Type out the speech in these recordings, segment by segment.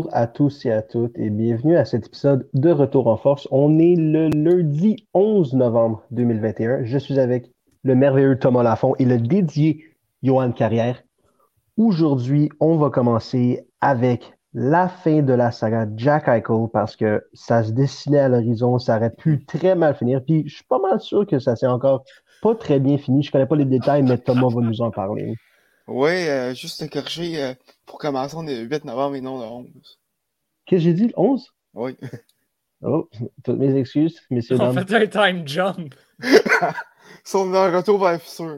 Bonjour à tous et à toutes et bienvenue à cet épisode de Retour en force. On est le lundi 11 novembre 2021. Je suis avec le merveilleux Thomas Lafont et le dédié Johan Carrière. Aujourd'hui, on va commencer avec la fin de la saga Jack Eichel parce que ça se dessinait à l'horizon, ça aurait pu très mal finir. Puis je suis pas mal sûr que ça s'est encore pas très bien fini. Je connais pas les détails, mais Thomas va nous en parler. Oui, juste te corriger, pour commencer, on est le 8 novembre et non le 11. Qu'est-ce que j'ai dit, le 11? Oui. Oh, toutes mes excuses, messieurs, On dames. fait un time jump. Son retour vers le futur.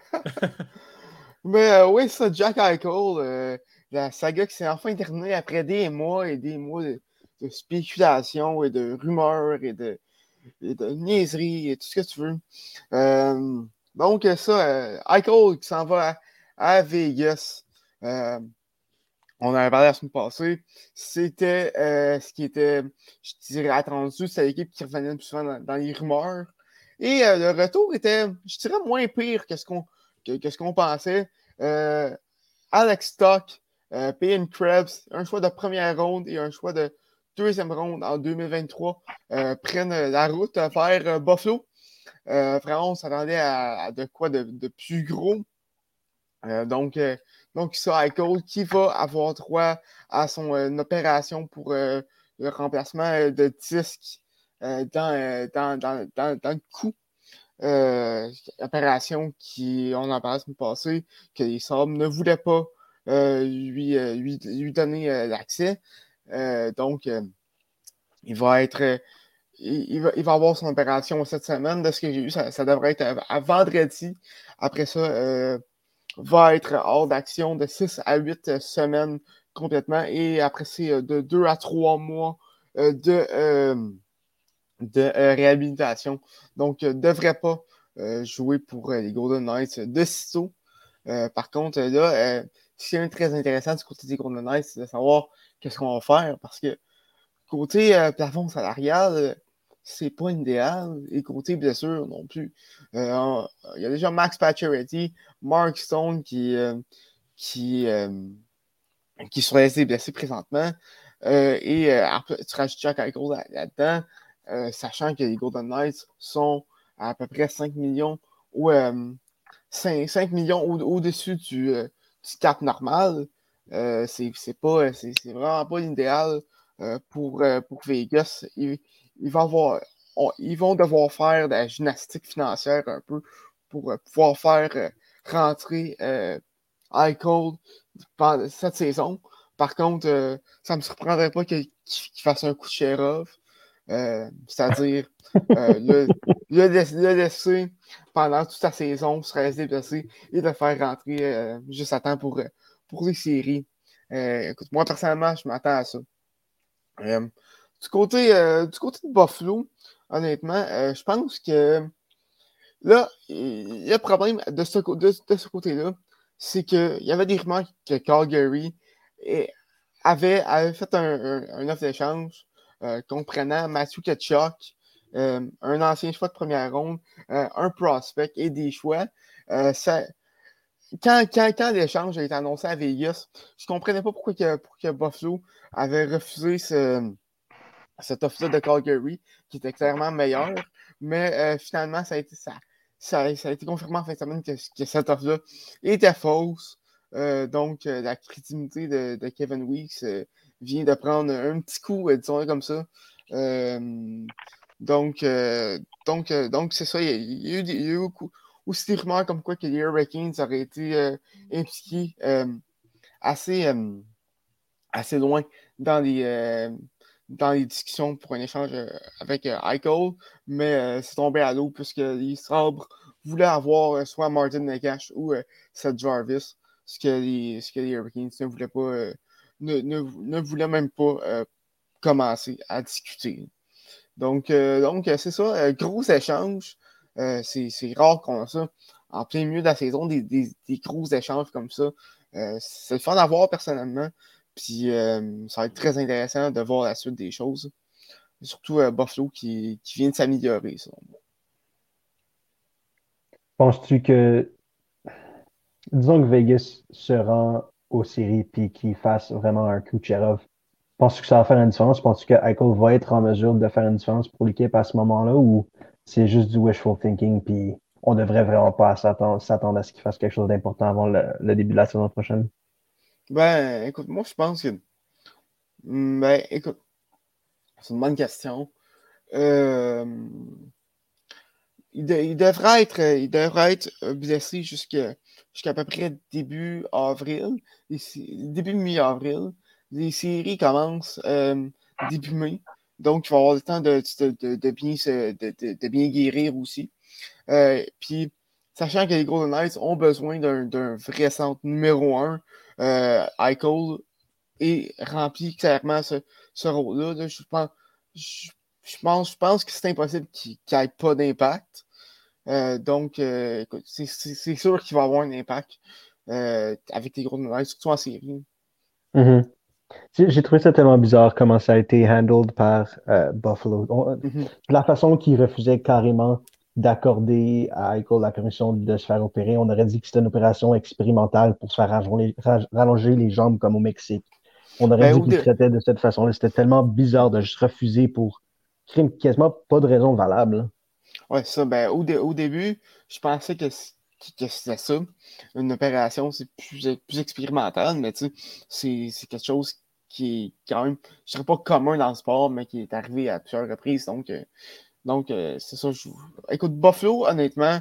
Mais oui, ça, Jack Eichel, la saga qui s'est enfin terminée après des mois et des mois de spéculation et de rumeurs et de niaiseries et tout ce que tu veux. Donc, ça, Eichel qui s'en va à Vegas. Euh, On en avait parlé la semaine passée. C'était ce qui était, je dirais, attendu. C'était l'équipe qui revenait le plus souvent dans les rumeurs. Et le retour était, je dirais, moins pire que ce qu'on pensait. Euh, Alex Stock, Payne Krebs, un choix de première ronde et un choix de deuxième ronde en 2023 prennent la route vers Buffalo. Vraiment, on s'attendait à de quoi de plus gros. Euh, donc, euh, donc, ça, Eichel qui va avoir droit à son opération pour le remplacement de disque dans le cou. Opération qui, on en parlait la semaine passée, que les Sabres ne voulaient pas lui donner l'accès. Donc, il va être. Il va avoir son opération cette semaine. De ce que j'ai vu, ça devrait être à vendredi. Après ça, va être hors d'action de 6 à 8 semaines complètement. Et après, c'est de 2 à 3 mois de réhabilitation. Donc, ne devrait pas jouer pour les Golden Knights de sitôt. Par contre, là, ce qui est très intéressant du côté des Golden Knights, c'est de savoir qu'est-ce qu'on va faire. Parce que côté plafond salarial, c'est pas idéal. Et côté blessure non plus. Il y a déjà Max Pacioretty, Mark Stone qui, euh, qui sont restés blessés présentement. Et après, tu rajoutes Jack Eichel là-dedans, sachant que les Golden Knights sont à peu près 5 millions ou 5 millions au-dessus du cap normal. C'est vraiment pas l'idéal pour Vegas. Ils vont devoir faire de la gymnastique financière un peu pour pouvoir faire rentrer Eichel cette saison. Par contre, ça ne me surprendrait pas qu'il fasse un coup de sheriff, c'est-à-dire le laisser pendant toute la saison, se rester blessé et le faire rentrer juste à temps pour les séries. Écoute, moi, personnellement, je m'attends à ça. Euh, du côté de Buffalo, honnêtement, je pense que là, le problème de ce côté-là, c'est qu'il y avait des rumeurs que Calgary avait fait un offre d'échange comprenant Matthew Tkachuk, un ancien choix de première ronde, un prospect et des choix. Ça, quand l'échange a été annoncé à Vegas, je ne comprenais pas pourquoi Buffalo avait refusé cette offre-là de Calgary, qui était clairement meilleure. Mais finalement, ça a été confirmé en fin de semaine que cette offre-là était fausse. Donc, la crédibilité de Kevin Weeks vient de prendre un petit coup, disons comme ça. Euh, donc, c'est ça. Il y a eu aussi des rumeurs comme quoi que les Hurricanes auraient été impliqués assez, assez loin dans les discussions pour un échange avec Eichel, mais c'est tombé à l'eau puisque les Sabres voulaient avoir soit Martin Nagash ou Seth Jarvis, ce que les Hurricanes ne voulaient pas, ne voulaient même pas commencer à discuter. Donc, c'est ça, gros échange. C'est rare qu'on a ça en plein milieu de la saison, des gros échanges comme ça. C'est le fun à voir personnellement. Puis ça va être très intéressant de voir la suite des choses. Surtout Buffalo qui vient de s'améliorer, ça. Penses-tu que, disons que Vegas se rend aux séries puis qu'il fasse vraiment un Kucherov, Penses-tu que ça va faire une différence? Penses-tu que Eichel va être en mesure de faire une différence pour l'équipe à ce moment-là ou c'est juste du wishful thinking puis on devrait vraiment pas s'attendre à ce qu'il fasse quelque chose d'important avant le début de la saison prochaine? Ben, écoute, moi, je pense que. Ben, écoute, c'est une bonne question. Euh, il devrait être blessé jusqu'à peu près début avril, début mi-avril. Les séries commencent début mai. Donc, il va avoir le temps de bien guérir aussi. Puis, sachant que les Golden Knights ont besoin d'un vrai centre numéro un, Eichel et remplit clairement ce rôle-là. Là. Je, je pense que c'est impossible qu'il n'ait pas d'impact. Donc, écoute, c'est sûr qu'il va avoir un impact avec les gros Knights, surtout en série. Mhm. J'ai trouvé ça tellement bizarre comment ça a été handled par Buffalo. Mhm. La façon qu'ils refusaient carrément d'accorder à Eichel la permission de se faire opérer, on aurait dit que c'était une opération expérimentale pour se faire rallonger les jambes comme au Mexique. On aurait Ben, dit qu'ils le traitaient de cette façon-là. C'était tellement bizarre de juste refuser pour quasiment pas de raison valable. ouais, ça, ben, au début, je pensais que c'était ça. Une opération, c'est plus expérimental, mais tu sais, c'est quelque chose qui est quand même, je dirais pas commun dans le sport, mais qui est arrivé à plusieurs reprises. Donc, c'est ça. Écoute, Buffalo, honnêtement,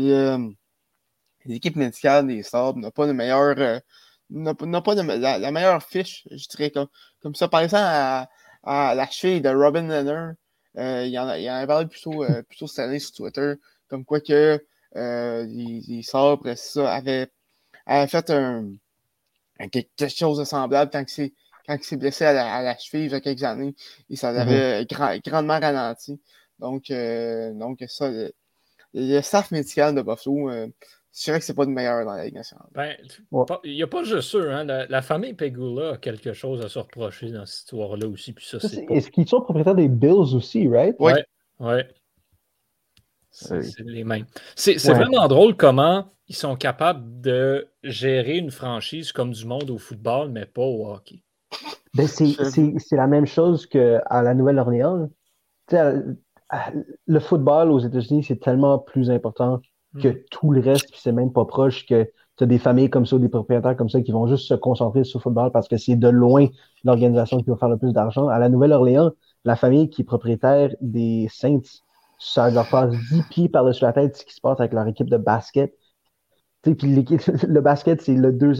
l'équipe médicale des Sabres n'a pas de meilleure, n'a pas de, la meilleure fiche, je dirais, comme ça. Par exemple, à la cheville de Robin Leonard, il en a parlé plutôt cette année sur Twitter, comme quoi que les Sabres, ça, avaient fait quelque chose de semblable quand il s'est blessé à la cheville il y a quelques années, et ça Mhm. l'avait grandement ralenti. Donc ça, le staff médical de Buffalo, je dirais que c'est pas le meilleur dans la Ligue nationale. Ben, Ouais. il n'y a pas juste ça. Hein. La famille Pegula a quelque chose à se reprocher dans cette histoire-là aussi. Puis ça, Ça, c'est pas. est-ce qu'ils sont propriétaires des Bills aussi, right? Oui, Ouais, ouais. Oui. C'est les mêmes. C'est Ouais. vraiment drôle comment ils sont capables de gérer une franchise comme du monde au football, mais pas au hockey. Ben, j'avoue. c'est la même chose qu'à la Nouvelle-Orléans. Tu sais, le football aux États-Unis, c'est tellement plus important que Mhm. tout le reste, puis c'est même pas proche que tu as des familles comme ça, des propriétaires comme ça qui vont juste se concentrer sur le football parce que c'est de loin l'organisation qui va faire le plus d'argent. À la Nouvelle-Orléans, la famille qui est propriétaire des Saints, ça leur passe 10 pieds par-dessus la tête ce qui se passe avec leur équipe de basket. Tu sais, puis le basket, c'est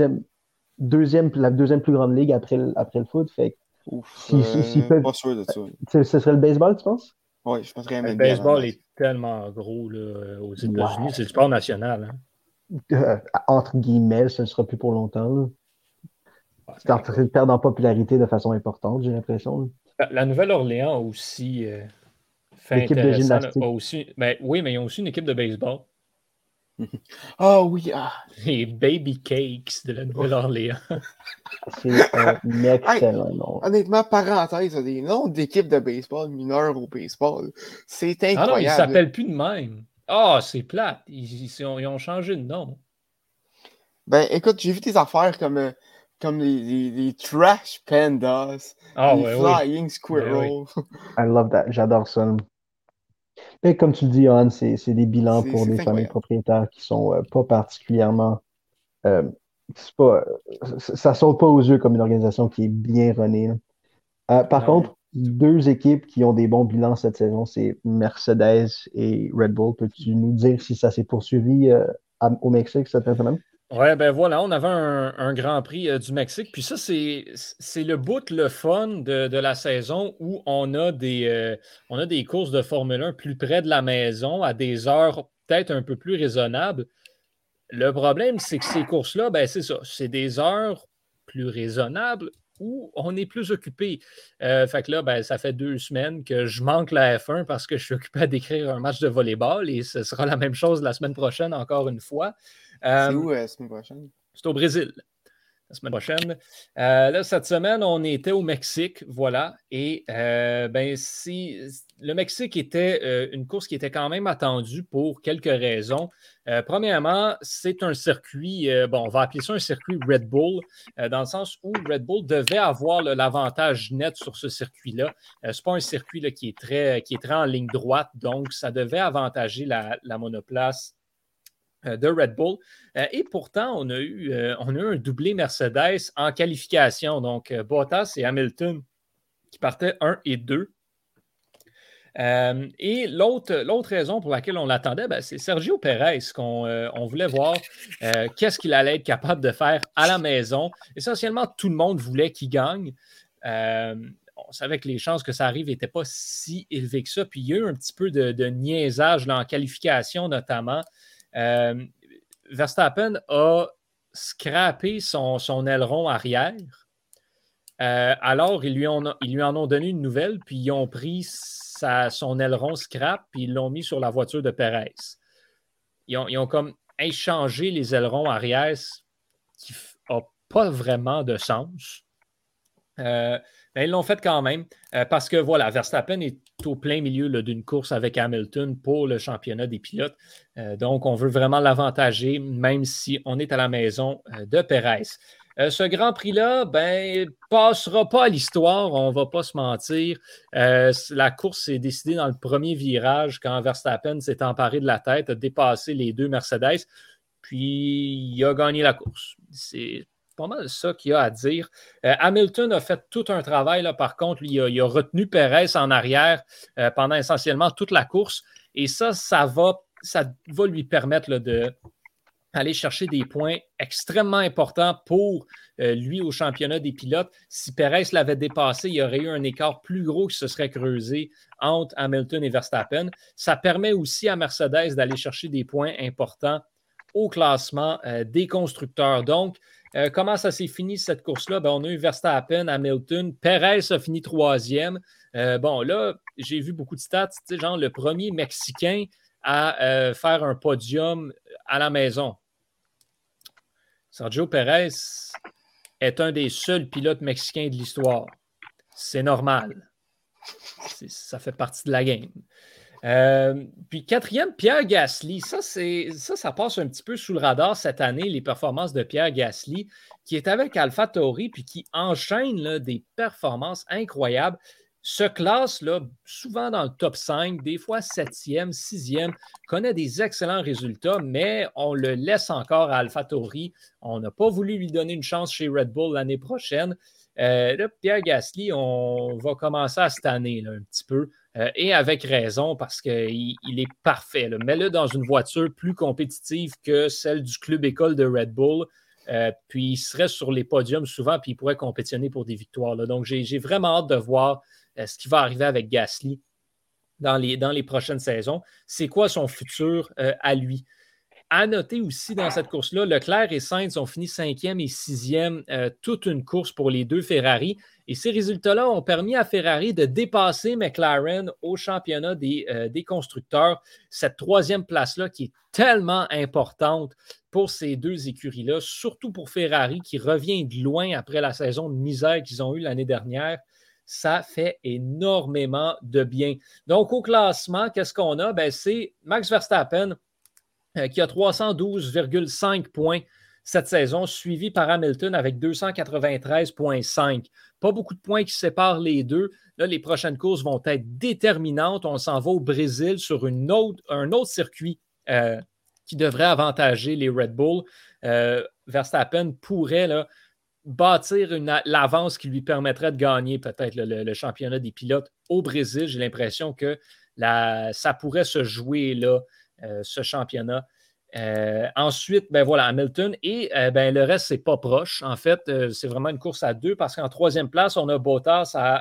la deuxième plus grande ligue après le foot. Fait que Ouf, s'ils peuvent. pas sûr de ça. Ce serait le baseball, tu penses? Oui, je penserais Le MLB avant le baseball basket. est tellement gros là, aux États-Unis. Ouais. C'est le sport national. Hein. Entre guillemets, ce ne sera plus pour longtemps, là. Ouais, C'est ben, en train écoute, de perdre en popularité de façon importante, j'ai l'impression, là. la Nouvelle-Orléans a aussi fait L'équipe de intéressant. Là, a gymnastique, aussi, ben, oui, mais ils ont aussi une équipe de baseball. Ah oui, ah. Les Baby Cakes de la Ouf. Nouvelle-Orléans. c'est un Hey, excellent nom. honnêtement, parenthèse, des noms d'équipes de baseball mineures au baseball, c'est Ah non, ils ne incroyable. s'appellent plus de même. Ah, c'est plate. Ils ont changé de nom. Ben, écoute, j'ai vu des affaires comme les Trash Pandas, Ah, les ouais, oui. Flying Ben oui. Squirrels. I love that. J'adore ça. Et comme tu le dis, Johan, c'est des bilans pour des C'est familles incroyable. propriétaires qui sont pas particulièrement. euh, c'est pas, ça saute pas aux yeux comme une organisation qui est bien runnée, là. Par Non. contre, deux équipes qui ont des bons bilans cette saison, c'est Mercedes et Red Bull. Peux-tu nous dire si ça s'est poursuivi au Mexique cette fin de semaine? Ouais, ben voilà, on avait un Grand Prix du Mexique. Puis ça, c'est le bout, le fun de la saison où on a des courses de Formule 1 plus près de la maison, à des heures peut-être un peu plus raisonnables. Le problème, c'est que ces courses-là, ben c'est ça, c'est des heures plus raisonnables où on est plus occupé. Fait que là, ben, ça fait 2 semaines que je manque la F1 parce que je suis occupé à décrire un match de volleyball et ce sera la même chose la semaine prochaine, encore une fois. C'est Euh, où la semaine prochaine? c'est au Brésil. la semaine prochaine. Là, cette semaine, on était au Mexique, voilà. Et le Mexique était une course qui était quand même attendue pour quelques raisons. Premièrement, c'est un circuit, on va appeler ça un circuit Red Bull, dans le sens où Red Bull devait avoir l'avantage net sur ce circuit-là. Ce n'est pas un circuit là, qui est très en ligne droite, donc ça devait avantager la monoplace de Red Bull. Et pourtant, on a eu un doublé Mercedes en qualification. Donc, Bottas et Hamilton qui partaient 1 et 2. Et l'autre raison pour laquelle on l'attendait, c'est Sergio Pérez qu'on voulait voir qu'est-ce qu'il allait être capable de faire à la maison. Essentiellement, tout le monde voulait qu'il gagne. On savait que les chances que ça arrive n'étaient pas si élevées que ça. Puis il y a eu un petit peu de niaisage là, en qualification notamment. Verstappen a scrappé son aileron arrière. Alors, ils lui en ont donné une nouvelle, puis ils ont pris son aileron scrap, puis ils l'ont mis sur la voiture de Pérez. Ils ont comme échangé les ailerons arrière, ce qui n'a pas vraiment de sens. Mais ils l'ont fait quand même, parce que voilà, Verstappen est au plein milieu là, d'une course avec Hamilton pour le championnat des pilotes. Donc, on veut vraiment l'avantager, même si on est à la maison de Pérez. Ce Grand Prix-là, passera pas à l'histoire, on ne va pas se mentir. La course s'est décidée dans le premier virage quand Verstappen s'est emparé de la tête, a dépassé les deux Mercedes, puis il a gagné la course. C'est pas mal ça qu'il y a à dire. Hamilton a fait tout un travail, là, par contre, il a retenu Pérez en arrière pendant essentiellement toute la course, et ça va lui permettre là, d'aller chercher des points extrêmement importants pour lui au championnat des pilotes. Si Pérez l'avait dépassé, il y aurait eu un écart plus gros qui se serait creusé entre Hamilton et Verstappen. Ça permet aussi à Mercedes d'aller chercher des points importants au classement des constructeurs. Donc, comment ça s'est fini cette course-là? On a eu Verstappen, Hamilton, Pérez a fini troisième. Là, j'ai vu beaucoup de stats, genre le premier Mexicain à faire un podium à la maison. Sergio Pérez est un des seuls pilotes mexicains de l'histoire. C'est normal. Ça fait partie de la game. Puis quatrième, Pierre Gasly. Ça passe un petit peu sous le radar cette année, les performances de Pierre Gasly, qui est avec AlphaTauri puis qui enchaîne là, des performances incroyables. Se classe là, souvent dans le top 5, des fois 7e, 6e, connaît des excellents résultats, mais on le laisse encore à AlphaTauri. On n'a pas voulu lui donner une chance chez Red Bull l'année prochaine. Là, Pierre Gasly, on va commencer à cette année là, un petit peu. Et avec raison, parce qu'il est parfait. Là. Mets-le dans une voiture plus compétitive que celle du club école de Red Bull. Puis il serait sur les podiums souvent, puis il pourrait compétitionner pour des victoires. Là. Donc, j'ai vraiment hâte de voir ce qui va arriver avec Gasly dans les prochaines saisons. C'est quoi son futur à lui? À noter aussi dans cette course-là, Leclerc et Sainz ont fini 5e et 6e, toute une course pour les deux Ferrari. Et ces résultats-là ont permis à Ferrari de dépasser McLaren au championnat des constructeurs. Cette troisième place-là qui est tellement importante pour ces deux écuries-là, surtout pour Ferrari qui revient de loin après la saison de misère qu'ils ont eue l'année dernière. Ça fait énormément de bien. Donc, au classement, qu'est-ce qu'on a? C'est Max Verstappen qui a 312,5 points cette saison, suivi par Hamilton avec 293,5. Pas beaucoup de points qui séparent les deux. Là, les prochaines courses vont être déterminantes. On s'en va au Brésil sur un autre circuit qui devrait avantager les Red Bull. Verstappen pourrait là, bâtir l'avance qui lui permettrait de gagner peut-être le championnat des pilotes au Brésil. J'ai l'impression que ça pourrait se jouer là, ce championnat. Ensuite, Hamilton et le reste, c'est pas proche. En fait, c'est vraiment une course à deux parce qu'en troisième place, on a Bottas à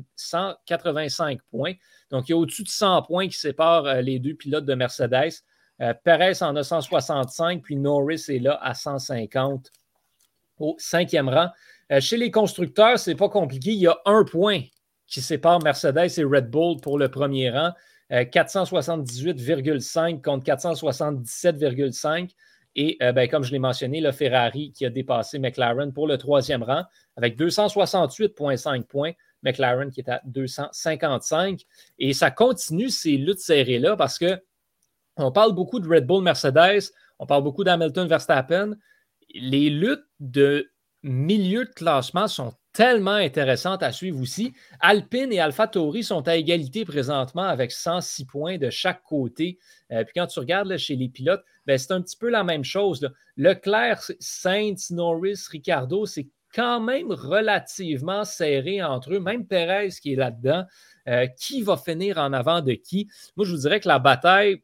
185 points. Donc, il y a au-dessus de 100 points qui séparent les deux pilotes de Mercedes. Perez en a 165, puis Norris est là à 150 au 5e rang. Chez les constructeurs, c'est pas compliqué. Il y a un point qui sépare Mercedes et Red Bull pour le premier rang. 478,5 contre 477,5. Et comme je l'ai mentionné, le Ferrari qui a dépassé McLaren pour le 3e rang avec 268,5 points. McLaren qui est à 255. Et ça continue ces luttes serrées-là parce qu'on parle beaucoup de Red Bull Mercedes, on parle beaucoup d'Hamilton Verstappen. Les luttes de milieu de classement sont tellement intéressantes à suivre aussi. Alpine et AlphaTauri sont à égalité présentement avec 106 points de chaque côté. Puis quand tu regardes là, chez les pilotes, c'est un petit peu la même chose. Là. Leclerc, Sainz, Norris, Ricciardo, c'est quand même relativement serré entre eux. Même Perez qui est là-dedans. Qui va finir en avant de qui? Moi, je vous dirais que la bataille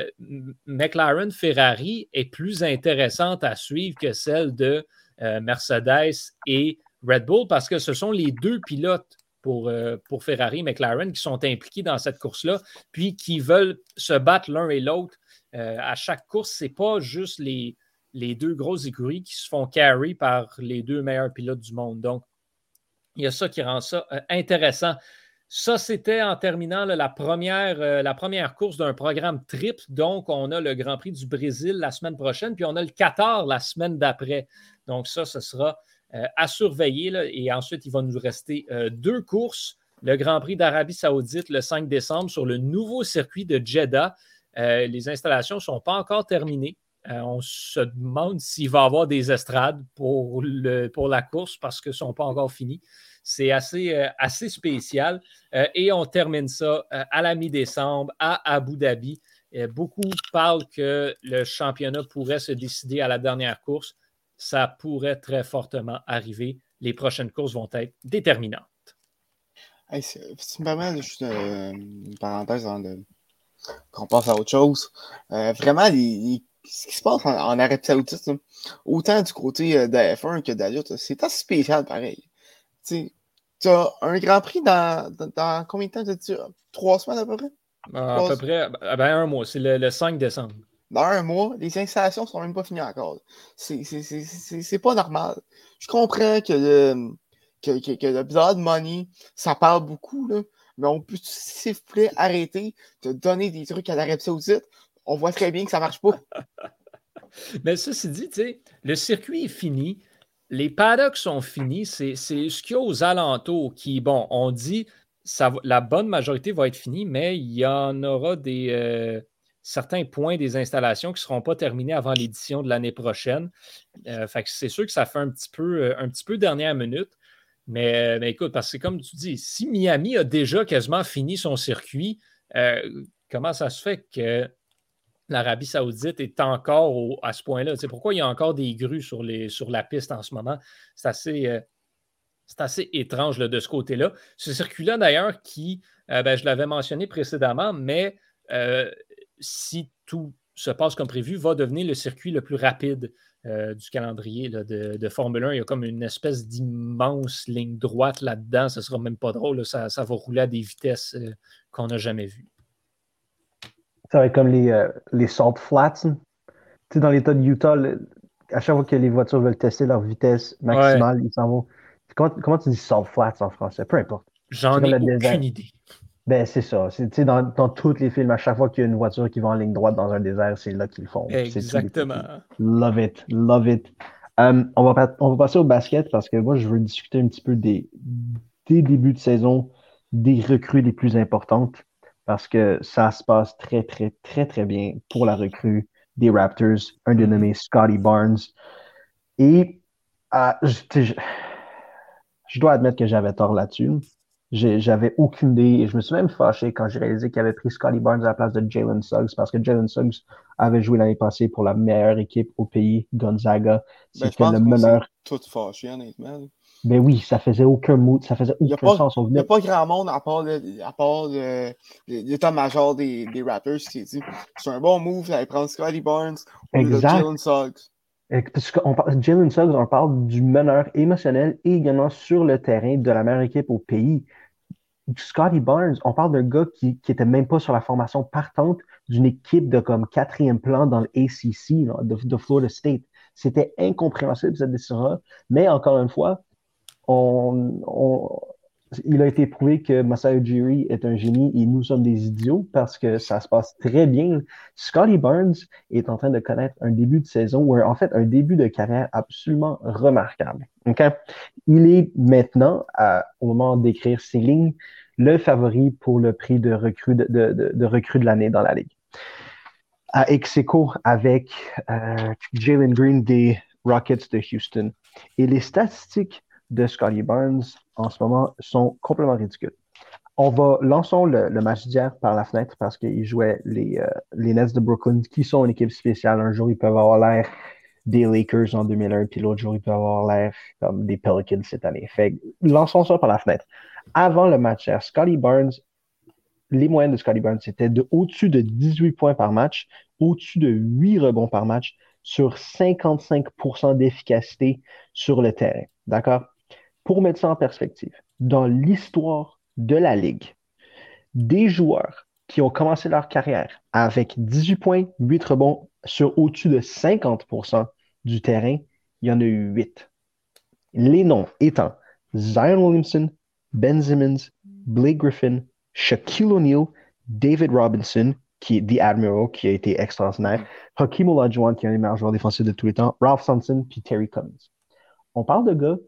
McLaren-Ferrari est plus intéressante à suivre que celle de Mercedes et Red Bull parce que ce sont les deux pilotes pour Ferrari et McLaren qui sont impliqués dans cette course-là, puis qui veulent se battre l'un et l'autre. À chaque course, ce n'est pas juste les deux grosses écuries qui se font carry par les deux meilleurs pilotes du monde. Donc, il y a ça qui rend ça intéressant. Ça, c'était en terminant là, la première course d'un programme triple. Donc, on a le Grand Prix du Brésil la semaine prochaine, puis on a le Qatar la semaine d'après. Donc, ça, ce sera à surveiller. Là, et ensuite, il va nous rester 2 courses. Le Grand Prix d'Arabie Saoudite le 5 décembre sur le nouveau circuit de Jeddah. Les installations ne sont pas encore terminées. On se demande s'il va y avoir des estrades pour la course parce qu'elles ne sont pas encore finies. C'est assez spécial. Et on termine ça à la mi-décembre à Abu Dhabi. Beaucoup parlent que le championnat pourrait se décider à la dernière course. Ça pourrait très fortement arriver. Les prochaines courses vont être déterminantes. Hey, si tu me permets, juste une parenthèse avant qu'on passe à autre chose. Vraiment, ce qui se passe en Arabie Saoudite, là, autant du côté de F1 que d'Aliot, c'est assez spécial pareil. Tu as un Grand Prix dans combien de temps? T'as-tu 3 semaines à peu près? À peu près, un mois. C'est le 5 décembre. Dans un mois, les installations sont même pas finies encore. C'est pas normal. Je comprends que le blood money, ça parle beaucoup, là, mais on peut, s'il vous plaît, arrêter de donner des trucs à l'Arabie Saoudite. On voit très bien que ça marche pas. Mais ceci dit, le circuit est fini. Les paddocks sont finis. C'est ce qu'il y a aux alentours qui, bon, on dit la bonne majorité va être finie, mais il y en aura certains points des installations qui ne seront pas terminés avant l'édition de l'année prochaine. Fait que c'est sûr que ça fait un petit peu dernière minute. Mais écoute, parce que c'est comme tu dis, si Miami a déjà quasiment fini son circuit, comment ça se fait que l'Arabie Saoudite est encore à ce point-là? Tu sais, pourquoi il y a encore des grues sur la piste en ce moment? C'est assez étrange là, de ce côté-là. Ce circuit-là, d'ailleurs, qui, je l'avais mentionné précédemment, mais si tout se passe comme prévu, va devenir le circuit le plus rapide du calendrier là, de Formule 1. Il y a comme une espèce d'immense ligne droite là-dedans. Ce ne sera même pas drôle. Là. Ça va rouler à des vitesses qu'on n'a jamais vues. Ça va être comme les salt flats. Tu sais, dans l'État de Utah, à chaque fois que les voitures veulent tester leur vitesse maximale, ils s'en vont. Comment tu dis salt flats en français? Peu importe. J'en ai aucune idée. Ben, c'est ça. Dans tous les films, à chaque fois qu'il y a une voiture qui va en ligne droite dans un désert, c'est là qu'ils le font. Exactement. Love it. Love it. On va passer au basket parce que moi, je veux discuter un petit peu des débuts de saison, des recrues les plus importantes parce que ça se passe très, très, très, très bien pour la recrue des Raptors, un dénommé Scottie Barnes. Et je dois admettre que j'avais tort là-dessus. J'avais aucune idée et je me suis même fâché quand j'ai réalisé qu'il avait pris Scottie Barnes à la place de Jalen Suggs parce que Jalen Suggs avait joué l'année passée pour la meilleure équipe au pays, Gonzaga. C'était le meneur. Tout fâché, honnêtement. Ben oui, ça faisait aucun mood, ça faisait aucun sens. Il n'y a pas grand monde à part l'état-major des Raptors qui dit c'est un bon move d'aller prendre Scottie Barnes au lieu de Jalen Suggs. Parce qu'on parle Jalen Suggs, on parle du meneur émotionnel et également sur le terrain de la meilleure équipe au pays. Scottie Barnes, on parle d'un gars qui était même pas sur la formation partante d'une équipe de comme 4e plan dans le ACC là, de Florida State. C'était incompréhensible cette décision-là, mais encore une fois, il a été prouvé que Masai Ujiri est un génie et nous sommes des idiots parce que ça se passe très bien. Scotty Barnes est en train de connaître un début de saison ou en fait un début de carrière absolument remarquable. OK? Il est maintenant, au moment d'écrire ces lignes, le favori pour le prix de recrue de recrue de l'année dans la Ligue. À ex-aequo avec Jalen Green des Rockets de Houston. Et les statistiques de Scotty Barnes en ce moment sont complètement ridicules. Lançons le match d'hier par la fenêtre parce qu'ils jouaient les Nets de Brooklyn, qui sont une équipe spéciale. Un jour, ils peuvent avoir l'air des Lakers en 2001, puis l'autre jour, ils peuvent avoir l'air comme des Pelicans cette année. Fait lançons ça par la fenêtre. Avant le match hier, Scotty Barnes, les moyennes de Scotty Barnes, c'était au-dessus de 18 points par match, au-dessus de 8 rebonds par match, sur 55% d'efficacité sur le terrain. D'accord? Pour mettre ça en perspective, dans l'histoire de la Ligue, des joueurs qui ont commencé leur carrière avec 18 points, 8 rebonds sur au-dessus de 50% du terrain, il y en a eu 8. Les noms étant Zion Williamson, Ben Simmons, Blake Griffin, Shaquille O'Neal, David Robinson, qui est The Admiral, qui a été extraordinaire, Hakeem Olajuwon, qui est un des meilleurs joueurs défensifs de tous les temps, Ralph Sampson, puis Terry Cummings. On parle de gars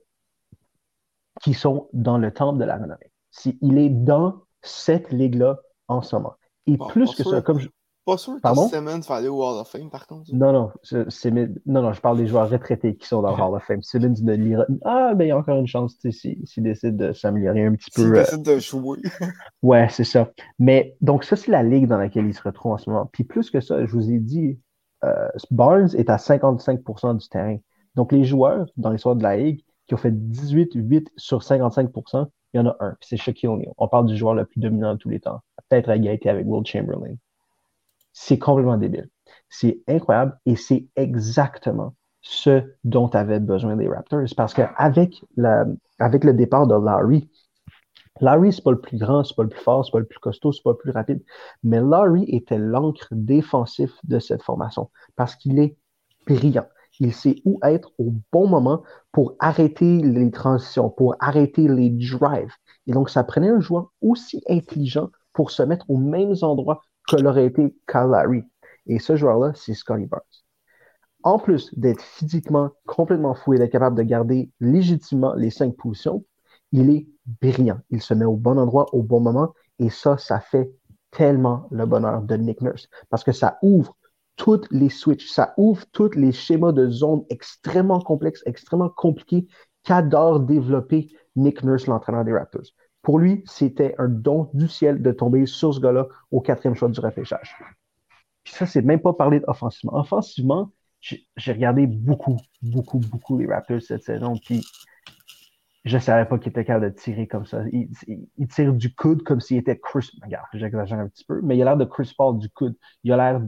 qui sont dans le temple de la renommée. Il est dans cette ligue-là en ce moment. Et Bon, plus que ça, comme je... Pas sûr que Pardon? Simmons va aller au Hall of Fame, par contre. Non, je parle des joueurs retraités qui sont dans le Hall of Fame. Simmons ne lira... Ah, ben, il y a encore une chance, tu sais, s'il décide de s'améliorer un petit S'il peu. décide de jouer. Ouais, c'est ça. Mais, donc, ça, c'est la ligue dans laquelle il se retrouve en ce moment. Puis plus que ça, je vous ai dit, Barnes est à 55% du terrain. Donc, les joueurs dans l'histoire de la ligue qui ont fait 18-8 sur 55%, il y en a un, puis c'est Shaquille O'Neal. On parle du joueur le plus dominant de tous les temps, peut-être à égalité avec Will Chamberlain. C'est complètement débile. C'est incroyable et c'est exactement ce dont avaient besoin les Raptors parce qu'avec avec le départ de Larry, c'est pas le plus grand, c'est pas le plus fort, c'est pas le plus costaud, c'est pas le plus rapide, mais Larry était l'encre défensif de cette formation parce qu'il est brillant. Il sait où être au bon moment pour arrêter les transitions, pour arrêter les drives. Et donc, ça prenait un joueur aussi intelligent pour se mettre aux mêmes endroits que l'aurait été Kyle Lowry. Et ce joueur-là, c'est Scotty Barnes. En plus d'être physiquement complètement fou et d'être capable de garder légitimement les 5 positions, il est brillant. Il se met au bon endroit, au bon moment. Et ça fait tellement le bonheur de Nick Nurse. Parce que ça ouvre toutes les switches, ça ouvre tous les schémas de zone extrêmement complexes, extrêmement compliqués qu'adore développer Nick Nurse, l'entraîneur des Raptors. Pour lui, c'était un don du ciel de tomber sur ce gars-là au 4e choix du repêchage. Puis ça, c'est même pas parler offensivement. Offensivement, j'ai regardé beaucoup les Raptors cette saison, puis je savais pas qu'il était capable de tirer comme ça. Il tire du coude comme s'il était Chris... Regarde, j'exagère un petit peu, mais il a l'air de Chris Paul du coude. Il a l'air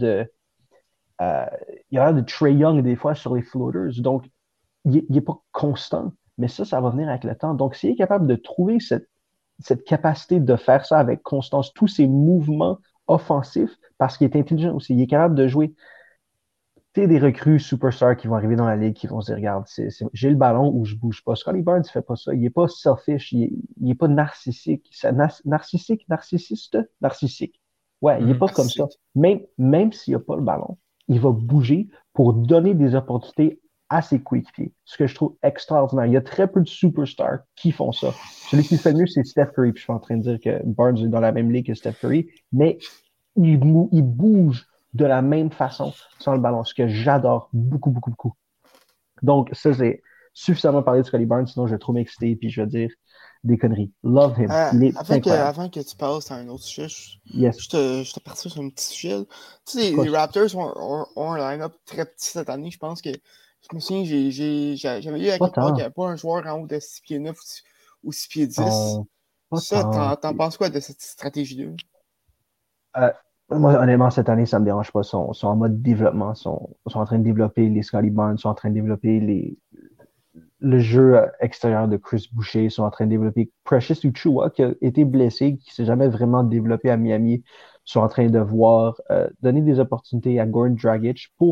de Trae Young des fois sur les floaters. Donc, il n'est pas constant, mais ça va venir avec le temps. Donc, s'il est capable de trouver cette capacité de faire ça avec constance, tous ces mouvements offensifs, parce qu'il est intelligent aussi, il est capable de jouer des recrues superstars qui vont arriver dans la ligue, qui vont se dire, regarde, j'ai le ballon ou je bouge pas. Scotty Barnes ne fait pas ça. Il n'est pas selfish, il n'est pas narcissique. Narcissique. Ouais, il n'est pas comme ça. Même s'il n'a pas le ballon, il va bouger pour donner des opportunités à ses coéquipiers. Ce que je trouve extraordinaire. Il y a très peu de superstars qui font ça. Celui qui le fait mieux, c'est Steph Curry. Puis je suis en train de dire que Barnes est dans la même ligue que Steph Curry, mais il bouge de la même façon sans le ballon, ce que j'adore beaucoup. Donc, ça, c'est suffisamment parlé de Scotty Barnes, sinon je vais trop m'exciter puis je vais dire des conneries. Love him. Il est incroyable. Avant que tu passes à un autre sujet, Yes. je te partir sur un petit sujet. Tu sais, les Raptors ont un line-up très petit cette année. Je pense que, je me souviens, j'avais lu à quelque part qu'il n'y avait pas un joueur en haut de 6 pieds 9 ou 6 pieds 10. Ça, t'en penses quoi de cette stratégie-là? Moi, honnêtement, cette année, ça me dérange pas. Ils sont en mode développement. Ils sont en train de développer les Scotty Barnes, ils sont en train de développer le jeu extérieur de Chris Boucher, ils sont en train de développer Precious Achiuwa, qui a été blessé, qui s'est jamais vraiment développé à Miami. Ils sont en train de donner des opportunités à Goran Dragic pour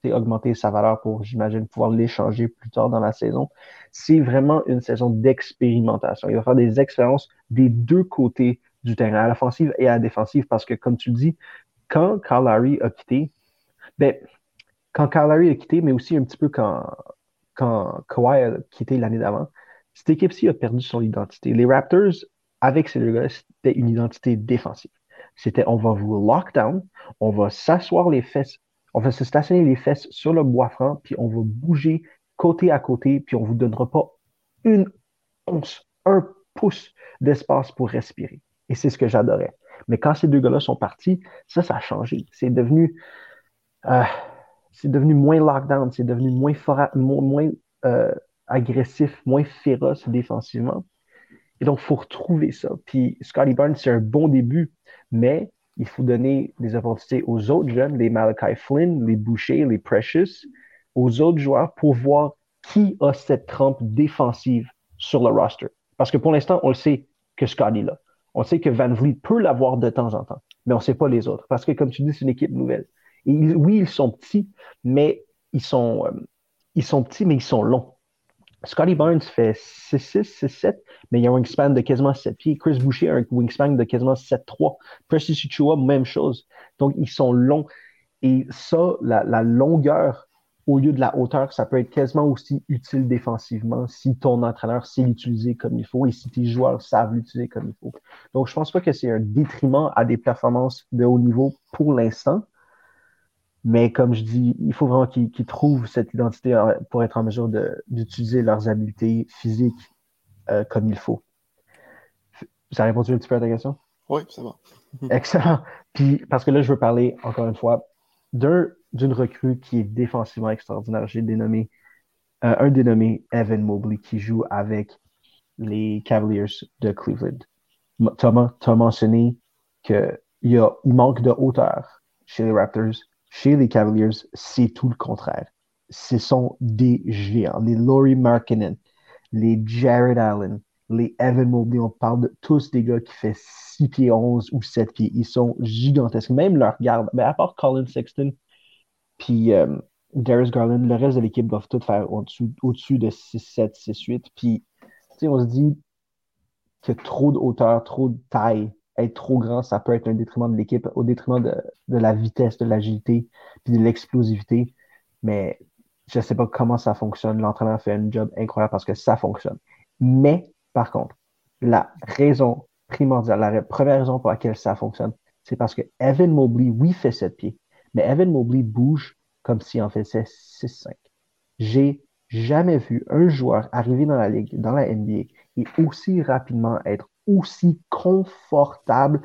augmenter sa valeur pour, j'imagine, pouvoir l'échanger plus tard dans la saison. C'est vraiment une saison d'expérimentation. Il va faire des expériences des deux côtés du terrain, à l'offensive et à la défensive, parce que, comme tu le dis, quand Kyle Lowry a quitté, ben, quand Kyle Lowry a quitté, mais aussi un petit peu quand Kawhi a quitté l'année d'avant, cette équipe-ci a perdu son identité. Les Raptors, avec ces deux gars, c'était une identité défensive. C'était on va vous lock down, on va s'asseoir les fesses, on va se stationner les fesses sur le bois franc, puis on va bouger côté à côté, puis on vous donnera pas une once, un pouce d'espace pour respirer. Et c'est ce que j'adorais. Mais quand ces deux gars-là sont partis, ça a changé. Euh, c'est devenu moins lockdown, c'est devenu moins agressif, moins féroce défensivement. Et donc, il faut retrouver ça. Puis, Scottie Barnes, c'est un bon début, mais il faut donner des opportunités aux autres jeunes, les Malachi Flynn, les Boucher, les Precious, aux autres joueurs pour voir qui a cette trempe défensive sur le roster. Parce que pour l'instant, on le sait que Scottie l'a. On sait que Van Vliet peut l'avoir de temps en temps, mais on ne sait pas les autres. Parce que, comme tu dis, c'est une équipe nouvelle. Et oui, ils sont petits, mais ils sont petits, mais ils sont longs. Scottie Barnes fait 6'6", 6'7", mais il a un wingspan de quasiment 7 pieds. Chris Boucher a un wingspan de quasiment 7'3". Precious Achiuwa, même chose. Donc, ils sont longs. Et ça, la longueur au lieu de la hauteur, ça peut être quasiment aussi utile défensivement si ton entraîneur sait l'utiliser comme il faut et si tes joueurs savent l'utiliser comme il faut. Donc, je pense pas que c'est un détriment à des performances de haut niveau pour l'instant. Mais comme je dis, il faut vraiment qu'ils trouvent cette identité pour être en mesure d'utiliser leurs habiletés physiques comme il faut. Ça répond un petit peu à ta question? Oui, c'est bon. Excellent. Puis, parce que là, je veux parler, encore une fois, d'une recrue qui est défensivement extraordinaire. J'ai un dénommé Evan Mobley qui joue avec les Cavaliers de Cleveland. Thomas, tu as mentionné qu'il manque de hauteur chez les Raptors. Chez les Cavaliers, c'est tout le contraire. Ce sont des géants. Les Lauri Markkanen, les Jared Allen, les Evan Mobley, on parle de tous des gars qui font 6 pieds 11 ou 7 pieds. Ils sont gigantesques. Même leur garde, mais à part Colin Sexton puis Darius Garland, le reste de l'équipe doivent tout faire au-dessus de 6-7, 6-8. Puis, on se dit que trop de hauteur, trop de taille, être trop grand, ça peut être un détriment de l'équipe, au détriment de la vitesse, de l'agilité, puis de l'explosivité. Mais je ne sais pas comment ça fonctionne. L'entraîneur fait un job incroyable parce que ça fonctionne. Mais, par contre, la raison primordiale, la première raison pour laquelle ça fonctionne, c'est parce que Evan Mobley, oui, fait 7 pieds, mais Evan Mobley bouge comme s'il en faisait 6-5. J'ai jamais vu un joueur arriver dans la ligue, dans la NBA, et aussi rapidement être aussi confortable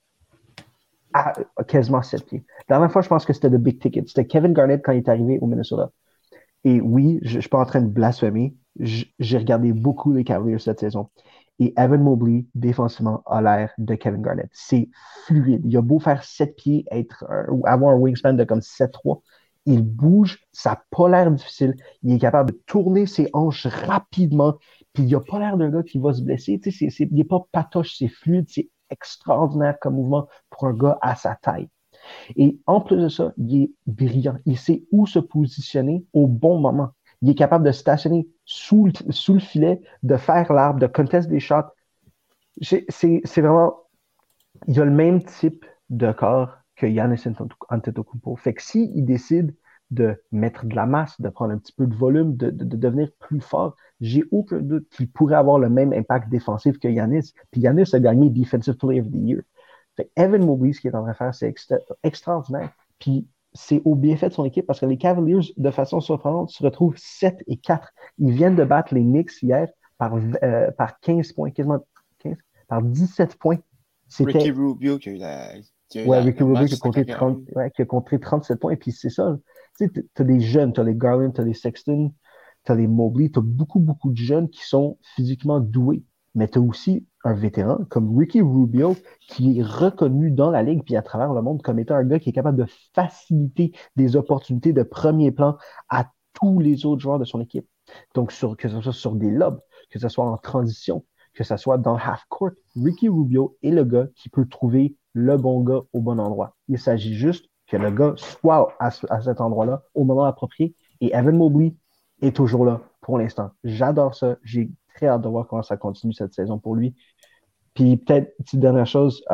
à quasiment 7 pieds. La dernière fois, je pense que c'était le Big Ticket. C'était Kevin Garnett quand il est arrivé au Minnesota. Et oui, je ne suis pas en train de blasphémer. J'ai regardé beaucoup les Cavaliers cette saison. Et Evan Mobley, défensivement, a l'air de Kevin Garnett. C'est fluide. Il a beau faire 7 pieds, ou avoir un wingspan de comme 7-3. Il bouge, ça n'a pas l'air difficile. Il est capable de tourner ses hanches rapidement. Puis il n'a pas l'air d'un gars qui va se blesser. Il n'est pas patoche, c'est fluide, c'est extraordinaire comme mouvement pour un gars à sa taille. Et en plus de ça, il est brillant. Il sait où se positionner au bon moment. Il est capable de stationner sous le filet, de faire l'arbre, de contester des shots. C'est vraiment... Il a le même type de corps que Giannis Antetokounmpo. Fait que s'il décide de mettre de la masse, de prendre un petit peu de volume, de devenir plus fort, j'ai aucun doute qu'il pourrait avoir le même impact défensif que Giannis. Puis Giannis a gagné Defensive Player of the Year. Fait Evan Mobley, ce qu'il est en train de faire, c'est extraordinaire. Puis c'est au bienfait de son équipe parce que les Cavaliers, de façon surprenante, se retrouvent 7-4. Ils viennent de battre les Knicks hier par 15 points, quasiment 15, par 17 points. Ricky Rubio qui a eu Ricky Rubio qui a compté 37 points. Et puis c'est ça. Tu sais, tu as des jeunes, tu as les Garland, tu as les Sexton, tu as les Mobley, tu as beaucoup, beaucoup de jeunes qui sont physiquement doués. Mais tu as aussi un vétéran comme Ricky Rubio qui est reconnu dans la ligue puis à travers le monde comme étant un gars qui est capable de faciliter des opportunités de premier plan à tous les autres joueurs de son équipe. Donc, que ce soit sur des lobes, que ce soit en transition, que ce soit dans half-court, Ricky Rubio est le gars qui peut trouver le bon gars au bon endroit. Il s'agit juste que le gars soit à cet endroit-là au moment approprié. Et Evan Mobley est toujours là pour l'instant. J'adore ça. J'ai très hâte de voir comment ça continue cette saison pour lui. Puis peut-être, petite dernière chose,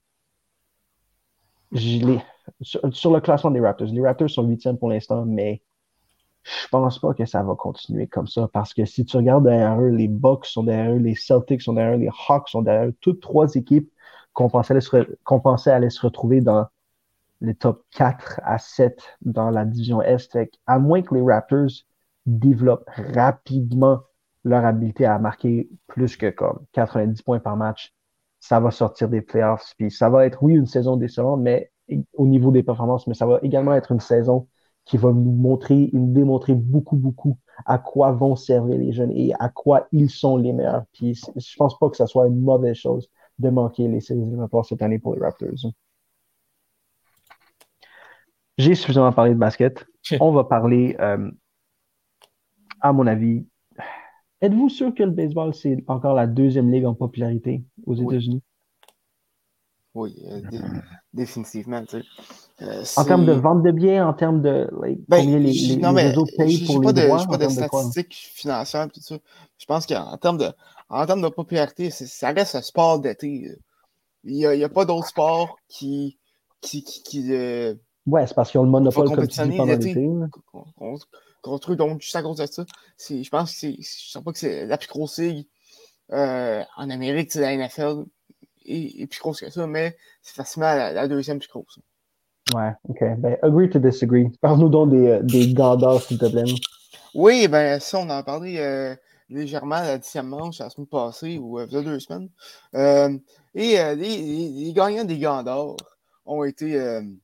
sur le classement des Raptors, les Raptors sont 8e pour l'instant, mais je pense pas que ça va continuer comme ça parce que si tu regardes derrière eux, les Bucks sont derrière eux, les Celtics sont derrière eux, les Hawks sont derrière eux, toutes trois équipes qu'on pensait allaient se retrouver dans les top 4 à 7 dans la division Est. Fait à moins que les Raptors développent rapidement leur habilité à marquer plus que comme 90 points par match, ça va sortir des playoffs. Puis ça va être, oui, une saison décevante, mais au niveau des performances, mais ça va également être une saison qui va nous démontrer beaucoup, beaucoup à quoi vont servir les jeunes et à quoi ils sont les meilleurs. Puis je pense pas que ça soit une mauvaise chose de manquer les séries éliminatoires cette année pour les Raptors. J'ai suffisamment parlé de basket. On va parler, à mon avis, êtes-vous sûr que le baseball, c'est encore la deuxième ligue en popularité aux États-Unis? Oui, définitivement. En termes de vente de billets, en termes de combien les réseaux payent pour les droits, j'ai pas en de termes de quoi? statistiques financières, tout ça. Je pense qu'en termes de popularité, ça reste un sport d'été. Il y a pas d'autres sports qui Ouais, c'est parce qu'ils ont le va monopole, comme tu dis, compétitionner pendant l'été l'été. contre eux. Donc, juste à cause de ça, je pense que je sais pas que c'est la plus grosse ligue en Amérique, c'est la NFL est plus grosse que ça, mais c'est facilement la deuxième plus grosse. Ouais, OK. Ben, agree to disagree. Parle-nous donc des gandars, s'il te plaît. Oui, ben ça, on en a parlé légèrement la 10e manche la semaine passée ou il y a 2 semaines. Les gagnants des Gants d'or ont été,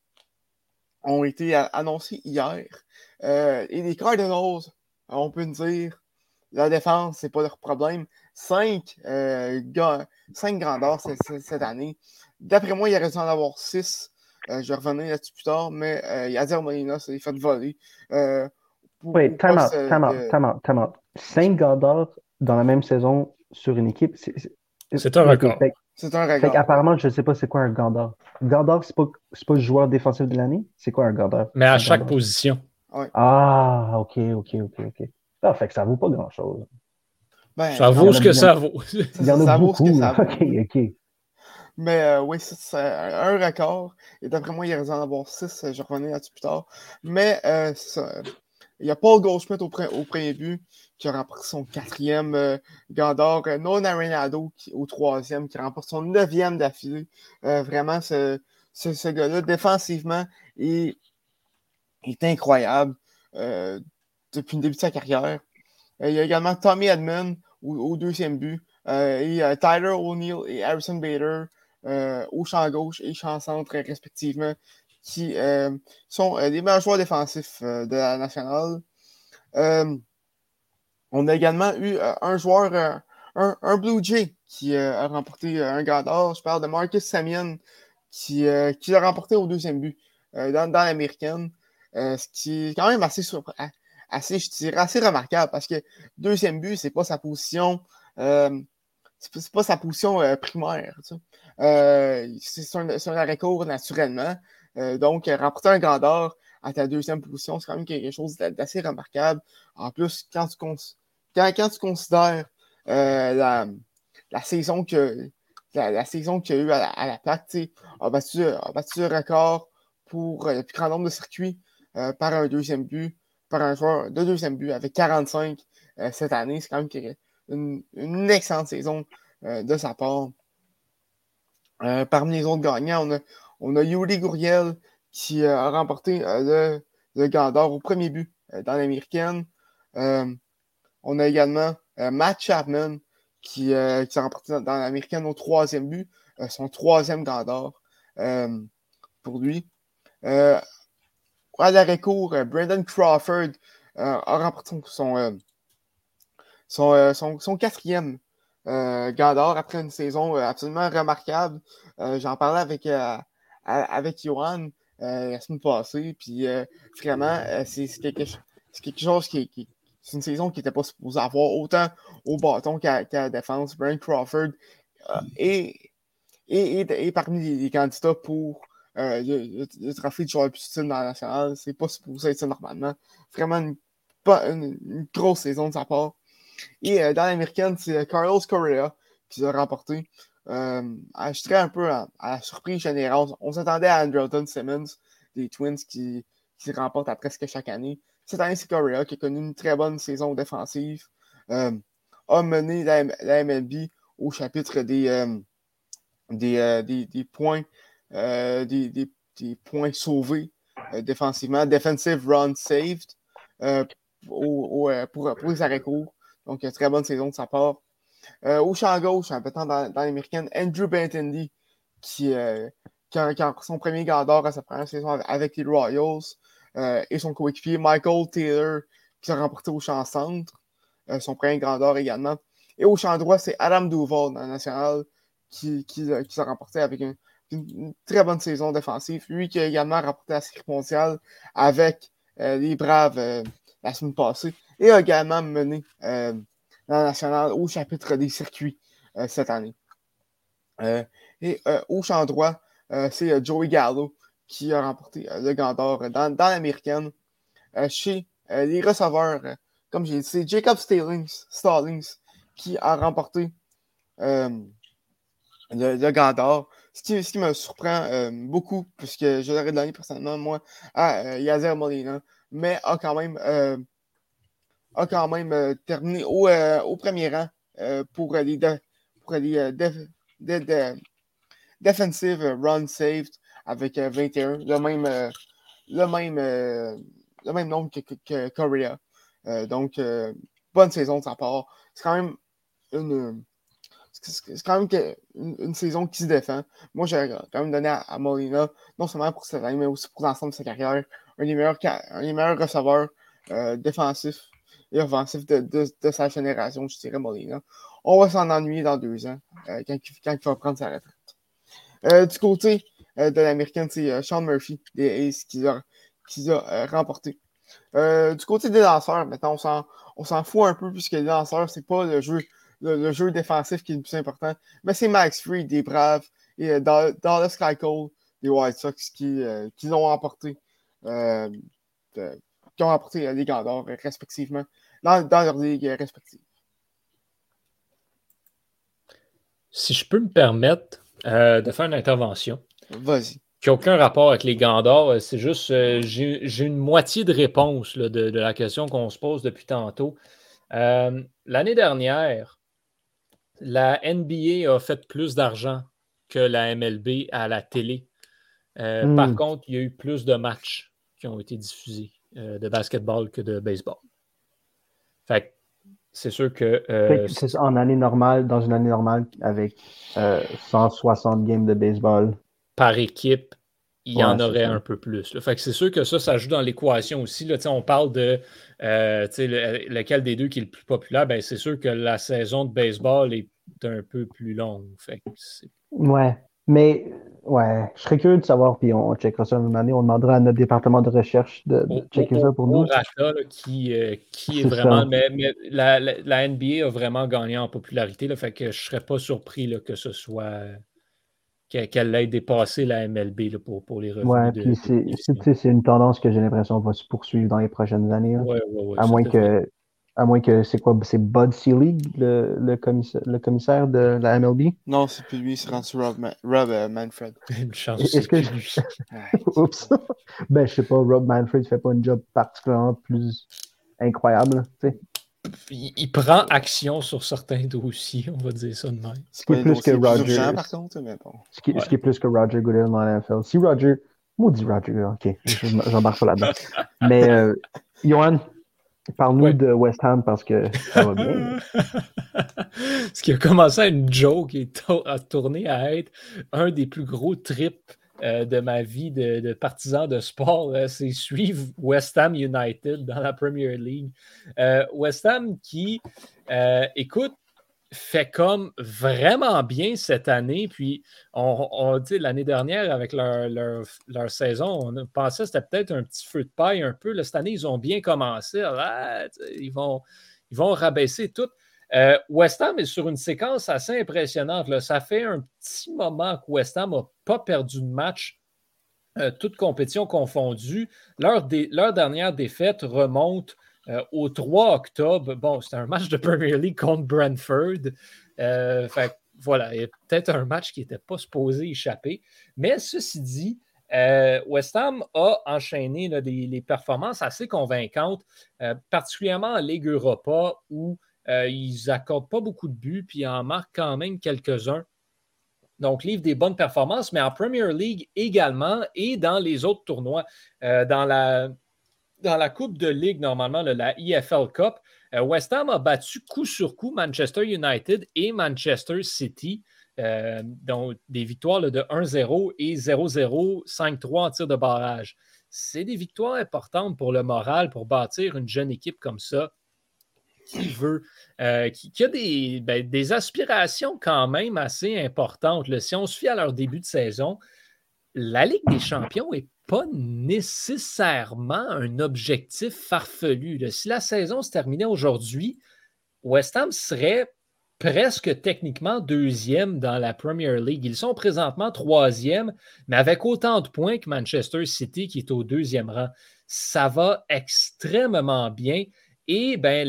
annoncés hier. Et les Cardinals, on peut nous dire, la défense, c'est pas leur problème. 5 Grands d'or cette année. D'après moi, il aurait dû en avoir 6. Je vais revenir là-dessus plus tard, mais Yadier Molina s'est fait voler. Au Wait, time poste out, time out, time out, time out. 5 gandars dans la même saison sur une équipe, C'est un OK, record. C'est un fait record. qu'apparemment, je sais pas c'est quoi un gandar. Gandar, c'est pas le joueur défensif de l'année? C'est quoi un gandar? Mais à Un chaque gandar? position. Ouais. Ah, OK. Ah, fait que ça vaut pas grand-chose. Ben, Ça quand vaut Il y en ce a, que il y en ça vaut. il y en a ça vaut ce que beaucoup. ça vaut. OK. Mais oui, c'est un record. Et d'après moi, il aurait dû en avoir 6. Je revenais là-dessus plus tard. Mais il y a Paul Goldschmidt au premier but qui a remporté son 4e Gant d'or. Nolan Arenado au 3e qui remporte son 9e d'affilée. Vraiment, ce gars-là, défensivement, est incroyable depuis le début de sa carrière. Il y a également Tommy Edman au 2e but. Et Tyler O'Neill et Harrison Bader au champ gauche et champ centre respectivement, qui sont les meilleurs joueurs défensifs de la nationale. On a également eu un joueur, un Blue Jay qui a remporté un Gant d'or. Je parle de Marcus Semien qui l'a remporté au 2e but dans l'américaine. Ce qui est quand même assez surprenant. Je dirais assez remarquable parce que 2e but, c'est pas sa position. C'est pas sa position primaire. Tu sais. C'est un arrêt court naturellement. Donc, remporter un Gant d'or à ta 2e position, c'est quand même quelque chose d'assez remarquable. En plus, quand tu considères la saison la saison qu'il y a eu à la plaque, a battu le record pour le plus grand nombre de circuits par un 2e but, par un joueur de 2e but avec 45 cette année. C'est quand même une excellente saison de sa part. Parmi les autres gagnants, on a Yuri Gurriel qui a remporté le Gant d'or au premier but dans l'américaine. On a également Matt Chapman qui a remporté dans l'américaine au 3e but, son 3e Gant d'or pour lui. À l'arrêt court, Brandon Crawford a remporté son 4e Gant d'or après une saison absolument remarquable. J'en parlais avec Johan la semaine passée, puis vraiment, c'est quelque chose c'est une saison qui n'était pas supposée avoir autant au bâton qu'à la défense. Brian Crawford est parmi les candidats pour le trophée de joueur le plus utile dans la nationale. C'est pas supposé être ça normalement. Vraiment une grosse saison de sa part. Et dans l'américaine, c'est Carlos Correa qui l'a remporté. Je dirais un peu à la surprise générale. On s'attendait à Andrelton Simmons, des Twins, qui remportent à presque chaque année. Cette année, c'est Correa qui a connu une très bonne saison défensive. A mené la MLB au chapitre des points, des points sauvés défensivement. Defensive run saved pour les arrêts courts. Donc, très bonne saison de sa part. Au champ gauche, en pétant dans l'américaine, Andrew Benintendi, qui a son premier gant d'or à sa première saison avec les Royals, et son coéquipier Michael Taylor, qui a remporté au champ centre, son premier gant d'or également. Et au champ droit, c'est Adam Duvall dans la nationale, qui l'a remporté avec une très bonne saison défensive. Lui qui a également remporté la Série mondiale avec les Braves la semaine passée et a également mené dans la nationale au chapitre des circuits cette année. Et au champ droit, c'est Joey Gallo qui a remporté le gant d'or dans l'américaine. Chez les receveurs, comme j'ai dit, c'est Jacob Stallings qui a remporté le gant d'or. Ce qui me surprend beaucoup, puisque je l'aurais donné personnellement, moi, à Yadier Molina, mais a quand même terminé au premier rang pour les defensive run saved avec 21, le même nombre que Correa. Donc, bonne saison de sa part. C'est quand même une saison qui se défend. Moi, j'ai quand même donné à Molina, non seulement pour cette année, mais aussi pour l'ensemble de sa carrière, un des meilleurs receveurs défensifs et offensifs de sa génération, je dirais Molina. On va s'en ennuyer dans 2 ans, quand il va prendre sa retraite. Du côté de l'américaine, c'est Sean Murphy des Aces qui l'a remporté. Du côté des lanceurs, maintenant, on s'en fout un peu puisque les lanceurs, c'est pas le jeu défensif qui est le plus important, mais c'est Max Fried des Braves et Dallas Keuchel des White Sox qui l'ont emporté, qui ont emporté les gants d'or respectivement dans leurs ligues respectives. Si je peux me permettre de faire une intervention. Vas-y. Qui n'a aucun rapport avec les gants d'or, c'est juste, j'ai une moitié de réponse là, de la question qu'on se pose depuis tantôt. L'année dernière, la NBA a fait plus d'argent que la MLB à la télé. Par contre, il y a eu plus de matchs qui ont été diffusés de basketball que de baseball. Fait que c'est sûr que... c'est en année normale, dans une année normale, avec 160 games de baseball. Par équipe, il y en aurait un peu plus. Là. Fait que c'est sûr que ça joue dans l'équation aussi. Là. On parle de lequel des deux qui est le plus populaire. Ben, c'est sûr que la saison de baseball est un peu plus longue. Fait que mais je serais curieux de savoir, puis on checkera ça une année. On demandera à notre département de recherche de checker ça pour nous. Rata, qui est vraiment... Mais la NBA a vraiment gagné en popularité. Là, fait que je ne serais pas surpris là, que ce soit... qu'elle ait dépassé la MLB là, pour les revenus. Puis c'est une tendance que j'ai l'impression va se poursuivre dans les prochaines années. À moins que c'est quoi? C'est Bud Selig, le commissaire de la MLB? Non, c'est plus lui, c'est rendu Rob Manfred. Une chance, c'est plus lui. Oups! Je sais pas, Rob Manfred fait pas un job particulièrement plus incroyable, tu sais. Il prend action sur certains dossiers, on va dire ça de même. Ce qui est plus que Roger. Par contre, mais bon. Ce qui est plus que Roger Goodell dans la NFL. Si Roger. Maudit Roger, ok, j'embarque pas là-dedans. Mais, Johan, parle-nous de West Ham parce que ça va bien. Ce qui a commencé à être une joke et a tourné à être un des plus gros trips de ma vie de partisan de sport, c'est suivre West Ham United dans la Premier League. West Ham qui, écoute, fait comme vraiment bien cette année. Puis, on dit l'année dernière, avec leur saison, on pensait que c'était peut-être un petit feu de paille un peu. Là, cette année, ils ont bien commencé. Ils vont rabaisser tout. West Ham est sur une séquence assez impressionnante. Là. Ça fait un petit moment que West Ham n'a pas perdu de match toutes compétitions confondues. Leur dernière défaite remonte au 3 octobre. Bon, c'était un match de Premier League contre Brentford. Fait voilà, il y a peut-être un match qui n'était pas supposé échapper. Mais ceci dit, West Ham a enchaîné là, les performances assez convaincantes, particulièrement en Ligue Europa où ils n'accordent pas beaucoup de buts, puis ils en marquent quand même quelques-uns. Donc, livre des bonnes performances, mais en Premier League également et dans les autres tournois. Dans la Coupe de Ligue, normalement, la EFL Cup, West Ham a battu coup sur coup Manchester United et Manchester City, dont des victoires là, de 1-0 et 0-0, 5-3 en tir de barrage. C'est des victoires importantes pour le moral, pour bâtir une jeune équipe comme ça qui veut, qui a des aspirations quand même assez importantes. Là. Si on se fie à leur début de saison, la Ligue des champions n'est pas nécessairement un objectif farfelu. Là. Si la saison se terminait aujourd'hui, West Ham serait presque techniquement deuxième dans la Premier League. Ils sont présentement troisième, mais avec autant de points que Manchester City qui est au deuxième rang. Ça va extrêmement bien. Et ben,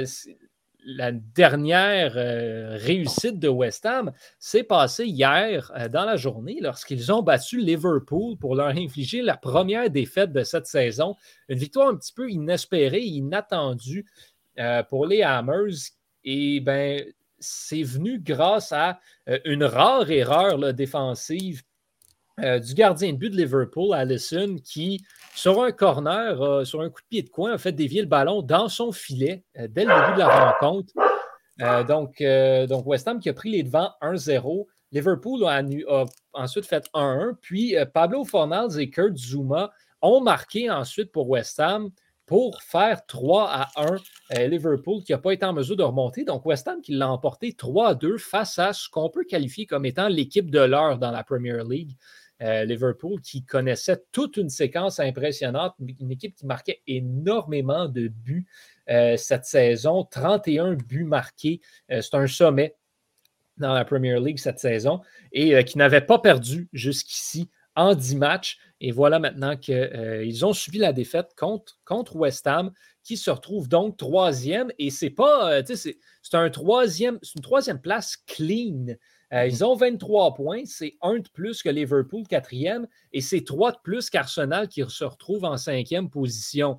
la dernière réussite de West Ham s'est passée hier dans la journée lorsqu'ils ont battu Liverpool pour leur infliger la première défaite de cette saison. Une victoire un petit peu inespérée, inattendue pour les Hammers. Et ben, c'est venu grâce à une rare erreur là, défensive du gardien de but de Liverpool, Alisson, qui, sur un corner, sur un coup de pied de coin, a fait dévier le ballon dans son filet dès le début de la rencontre. Donc, West Ham qui a pris les devants 1-0. Liverpool a ensuite fait 1-1. Puis Pablo Fornals et Kurt Zouma ont marqué ensuite pour West Ham pour faire 3-1. Liverpool qui n'a pas été en mesure de remonter. Donc, West Ham qui l'a emporté 3-2 face à ce qu'on peut qualifier comme étant l'équipe de l'heure dans la Premier League. Liverpool qui connaissait toute une séquence impressionnante, une équipe qui marquait énormément de buts cette saison, 31 buts marqués. C'est un sommet dans la Premier League cette saison et qui n'avait pas perdu jusqu'ici en 10 matchs. Et voilà maintenant qu'ils ont subi la défaite contre West Ham, qui se retrouve donc troisième. Et c'est pas, c'est une troisième place clean. Ils ont 23 points, c'est un de plus que Liverpool, quatrième, et c'est 3 de plus qu'Arsenal qui se retrouve en cinquième position.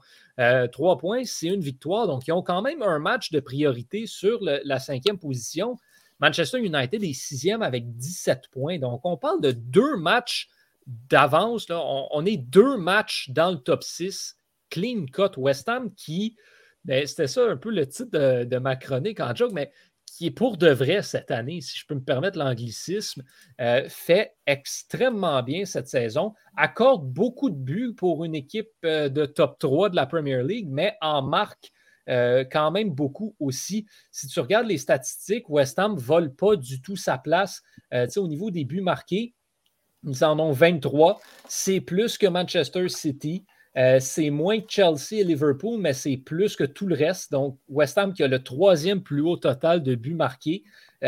3 points, c'est une victoire, donc ils ont quand même un match de priorité sur la cinquième position. Manchester United est sixième avec 17 points, donc on parle de 2 matchs d'avance. Là. On est 2 matchs dans le top 6, clean cut. West Ham qui, c'était ça un peu le titre de ma chronique en joke, mais qui est pour de vrai cette année, si je peux me permettre l'anglicisme, fait extrêmement bien cette saison, accorde beaucoup de buts pour une équipe de top 3 de la Premier League, mais en marque quand même beaucoup aussi. Si tu regardes les statistiques, West Ham ne vole pas du tout sa place au niveau des buts marqués. Ils en ont 23. C'est plus que Manchester City. C'est moins que Chelsea et Liverpool, mais c'est plus que tout le reste. Donc, West Ham qui a le troisième plus haut total de buts marqués.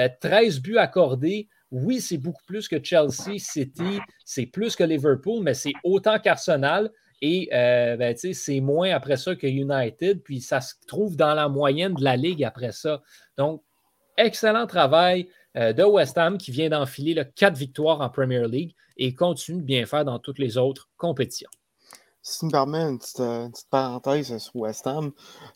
13 buts accordés. Oui, c'est beaucoup plus que Chelsea, City. C'est plus que Liverpool, mais c'est autant qu'Arsenal. Et c'est moins après ça que United. Puis, ça se trouve dans la moyenne de la Ligue après ça. Donc, excellent travail de West Ham qui vient d'enfiler 4 victoires en Premier League et continue de bien faire dans toutes les autres compétitions. Si tu me permets une petite parenthèse sur West Ham,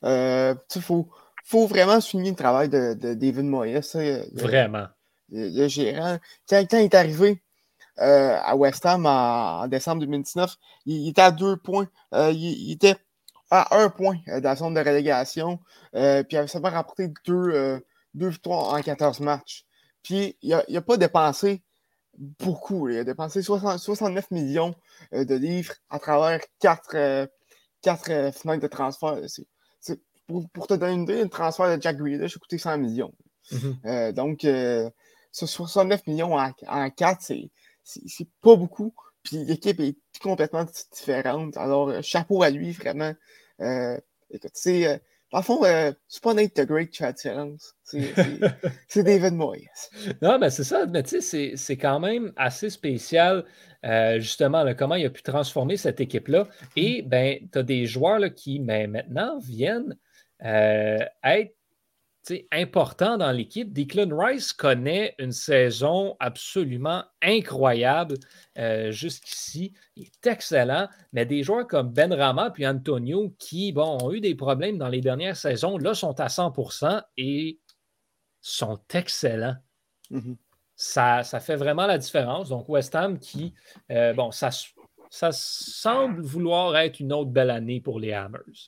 faut vraiment souligner le travail de David Moyes. Vraiment. Le gérant. Quand il est arrivé à West Ham en décembre 2019, il était à 2 points. Il était à 1 point de la zone de relégation. Puis il avait seulement remporté 2 victoires en 14 matchs. Puis il n'a pas dépensé beaucoup. Il a dépensé 69 millions de livres à travers 4 fenêtres de transfert. Pour te donner une idée, le transfert de Jack Grealish a coûté 100 millions. Mm-hmm. Donc, 69 millions en 4, c'est pas beaucoup. Puis l'équipe est complètement différente. Alors, chapeau à lui, vraiment. Écoute, Par fond, c'est pas Nate the Great Chad Silence. C'est David Moyes. Non, mais c'est ça. Mais tu sais, c'est quand même assez spécial, justement, là, comment il a pu transformer cette équipe-là. Et ben, tu as des joueurs là, qui, ben, maintenant, viennent être important dans l'équipe. Declan Rice connaît une saison absolument incroyable jusqu'ici. Il est excellent, mais des joueurs comme Ben Rama puis Antonio qui, bon, ont eu des problèmes dans les dernières saisons, là, sont à 100% et sont excellents. Mm-hmm. Ça fait vraiment la différence. Donc, West Ham qui, bon, ça semble vouloir être une autre belle année pour les Hammers.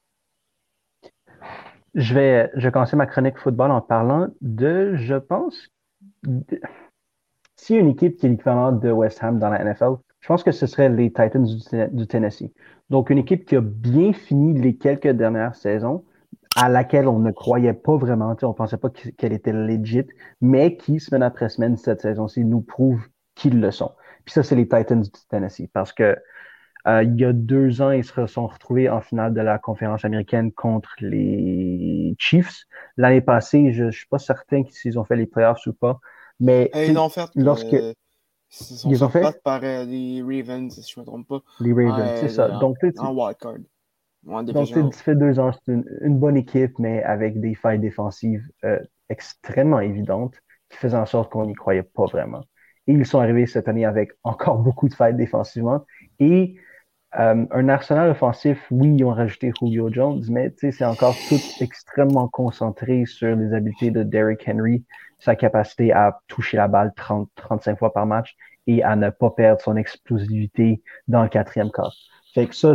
Je vais commencer ma chronique football en parlant de, je pense, s'il y a une équipe qui est l'équivalent de West Ham dans la NFL, je pense que ce serait les Titans du Tennessee. Donc, une équipe qui a bien fini les quelques dernières saisons, à laquelle on ne croyait pas vraiment, on ne pensait pas qu'elle était legit, mais qui, semaine après semaine, cette saison-ci, nous prouve qu'ils le sont. Puis ça, c'est les Titans du Tennessee, parce que il y a 2 ans, ils se sont retrouvés en finale de la conférence américaine contre les Chiefs. L'année passée, je ne suis pas certain s'ils ont fait les playoffs ou pas, mais ils l'ont fait. lorsque ils ont fait battre par les Ravens, si je ne me trompe pas. Les Ravens, c'est ça. Donc, en wildcard. Donc, ça fait 2 ans, c'est une bonne équipe, mais avec des failles défensives extrêmement évidentes qui faisaient en sorte qu'on n'y croyait pas vraiment. Et ils sont arrivés cette année avec encore beaucoup de failles défensivement. Et un arsenal offensif, oui, ils ont rajouté Julio Jones, mais c'est encore tout extrêmement concentré sur les habiletés de Derrick Henry, sa capacité à toucher la balle 30-35 fois par match et à ne pas perdre son explosivité dans le 4e quart. Fait que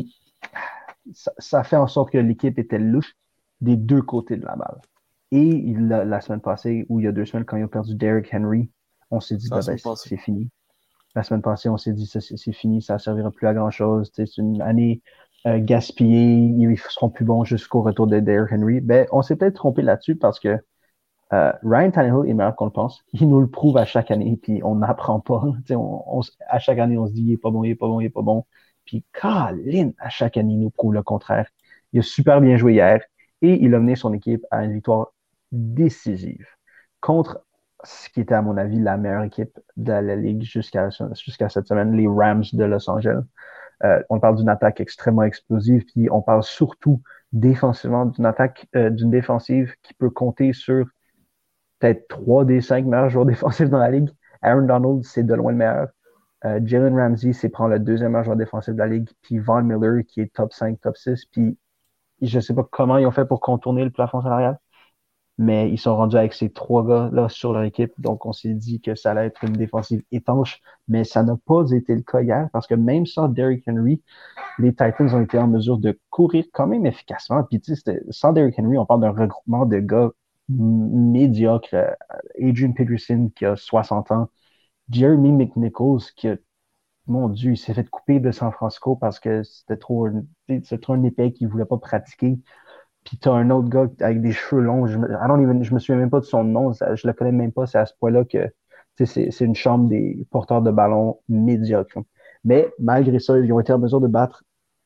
ça fait en sorte que l'équipe était louche des 2 côtés de la balle. Et la semaine passée, ou il y a 2 semaines, quand ils ont perdu Derrick Henry, on s'est dit, c'est fini. La semaine passée, on s'est dit, c'est fini, ça ne servira plus à grand-chose. C'est une année gaspillée, ils ne seront plus bons jusqu'au retour de Derrick Henry. Ben, on s'est peut-être trompé là-dessus parce que Ryan Tannehill est meilleur qu'on le pense. Il nous le prouve à chaque année, puis on n'apprend pas. À chaque année, on se dit, il n'est pas bon, il n'est pas bon, il n'est pas bon. Puis, Colin, à chaque année, il nous prouve le contraire. Il a super bien joué hier et il a mené son équipe à une victoire décisive contre ce qui était, à mon avis, la meilleure équipe de la Ligue jusqu'à cette semaine, les Rams de Los Angeles. On parle d'une attaque extrêmement explosive, puis on parle surtout défensivement d'une défensive qui peut compter sur peut-être 3 des 5 meilleurs joueurs défensifs dans la Ligue. Aaron Donald, c'est de loin le meilleur. Jalen Ramsey, c'est prendre le 2e meilleur joueur défensif de la Ligue, puis Von Miller, qui est top 5, top 6, puis je ne sais pas comment ils ont fait pour contourner le plafond salarial, mais ils sont rendus avec ces 3 gars-là sur leur équipe, donc on s'est dit que ça allait être une défensive étanche, mais ça n'a pas été le cas hier, parce que même sans Derrick Henry, les Titans ont été en mesure de courir quand même efficacement, puis sans Derrick Henry, on parle d'un regroupement de gars médiocres. Adrian Peterson, qui a 60 ans, Jeremy McNichols, qui a, mon Dieu, il s'est fait couper de San Francisco parce que c'était trop un épais qu'il ne voulait pas pratiquer. Puis tu as un autre gars avec des cheveux longs, je me souviens même pas de son nom, je le connais même pas, c'est à ce point-là que c'est une chambre des porteurs de ballon médiocres. Mais malgré ça, ils ont été en mesure de battre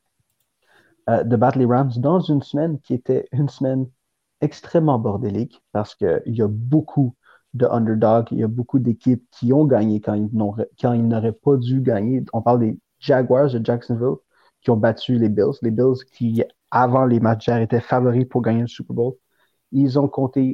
les Rams dans une semaine qui était une semaine extrêmement bordélique parce qu'il y a beaucoup de underdogs, il y a beaucoup d'équipes qui ont gagné quand ils n'auraient pas dû gagner. On parle des Jaguars de Jacksonville qui ont battu les Bills. Les Bills qui, avant les matchs d'hier, étaient favoris pour gagner le Super Bowl. Ils ont compté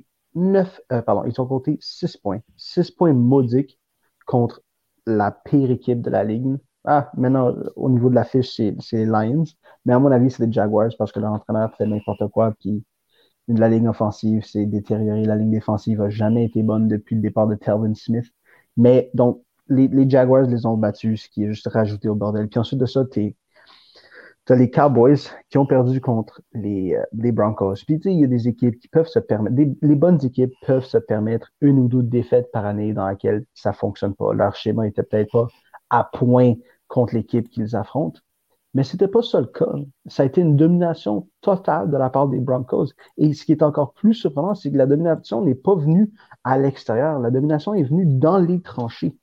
6 points. 6 points maudiques contre la pire équipe de la Ligue. Maintenant, au niveau de la fiche, c'est les Lions. Mais à mon avis, c'est les Jaguars parce que leur entraîneur fait n'importe quoi. Puis la ligne offensive s'est détériorée. La ligne défensive n'a jamais été bonne depuis le départ de Telvin Smith. Mais donc, les Jaguars les ont battus, ce qui est juste rajouté au bordel. Puis ensuite de ça, t'as les Cowboys qui ont perdu contre les Broncos. Puis, il y a des équipes qui peuvent se permettre, les bonnes équipes peuvent se permettre 1 ou 2 défaites par année dans laquelle ça fonctionne pas. Leur schéma était peut-être pas à point contre l'équipe qu'ils affrontent. Mais c'était pas ça le cas. Ça a été une domination totale de la part des Broncos. Et ce qui est encore plus surprenant, c'est que la domination n'est pas venue à l'extérieur. La domination est venue dans les tranchées.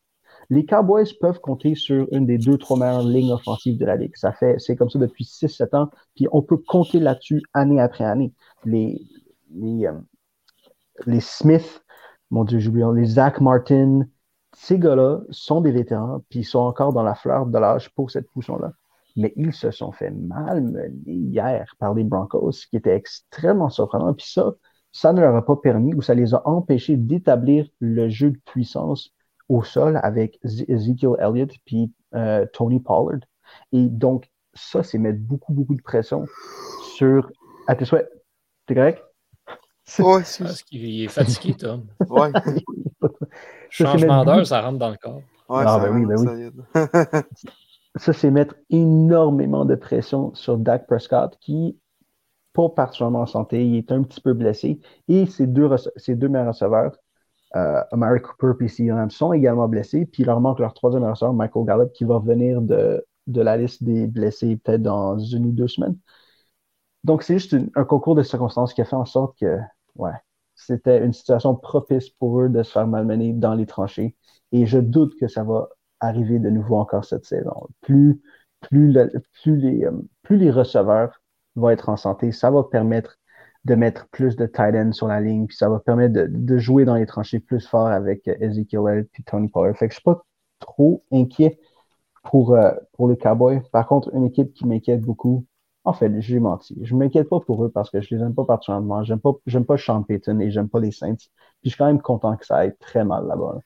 Les Cowboys peuvent compter sur une des 2-3 meilleures lignes offensives de la Ligue. C'est comme ça depuis 6-7 ans, puis on peut compter là-dessus année après année. Les, les, euh, les Smith, mon Dieu, j'oublie, les Zach Martin, ces gars-là sont des vétérans, puis ils sont encore dans la fleur de l'âge pour cette position-là. Mais ils se sont fait malmener hier par les Broncos, ce qui était extrêmement surprenant. Puis ça ne leur a pas permis ou ça les a empêchés d'établir le jeu de puissance au sol avec Ezekiel Elliott puis Tony Pollard. Et donc, ça, c'est mettre beaucoup, beaucoup de pression sur... À tes souhaits. T'es correct? Ouais, Parce qu'il est fatigué, Tom. Ouais. Changement d'heure, ça rentre dans le corps. Ouais, Ah, ça ben oui, ben oui. Ça, c'est mettre énormément de pression sur Dak Prescott, qui pas particulièrement en santé, il est un petit peu blessé. Et ses deux meilleurs receveurs, Amari Cooper et C. Lamb, sont également blessés. Puis il leur manque leur troisième receveur, Michael Gallup, qui va revenir de la liste des blessés peut-être dans 1 ou 2 semaines. Donc, c'est juste un concours de circonstances qui a fait en sorte que, ouais, c'était une situation propice pour eux de se faire malmener dans les tranchées. Et je doute que ça va arriver de nouveau encore cette saison. Plus les receveurs vont être en santé, ça va permettre de mettre plus de tight ends sur la ligne, puis ça va permettre de jouer dans les tranchées plus fort avec Ezekiel Elliott et Tony Pollard. Fait que je suis pas trop inquiet pour les Cowboys. Par contre, une équipe qui m'inquiète beaucoup, en fait, j'ai menti. Je ne m'inquiète pas pour eux parce que je les aime pas particulièrement. J'aime pas Sean Payton et j'aime pas les Saints. Puis je suis quand même content que ça aille très mal là-bas.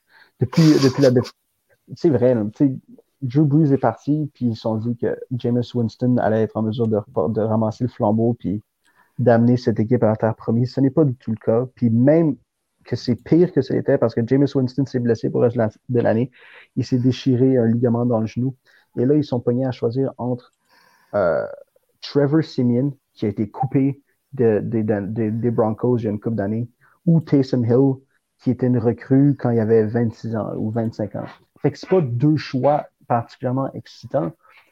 C'est vrai, là, Drew Brees est parti, puis ils se sont dit que Jameis Winston allait être en mesure de ramasser le flambeau puis d'amener cette équipe à la terre promise. Ce n'est pas du tout le cas. Puis même que c'est pire que ce n'était parce que Jameis Winston s'est blessé pour le reste de l'année. Il s'est déchiré un ligament dans le genou. Et là, ils sont pognés à choisir entre Trevor Siemian, qui a été coupé des Broncos il y a une couple d'années, ou Taysom Hill, qui était une recrue quand il avait 26 ans ou 25 ans. Fait que c'est pas deux choix particulièrement excitants.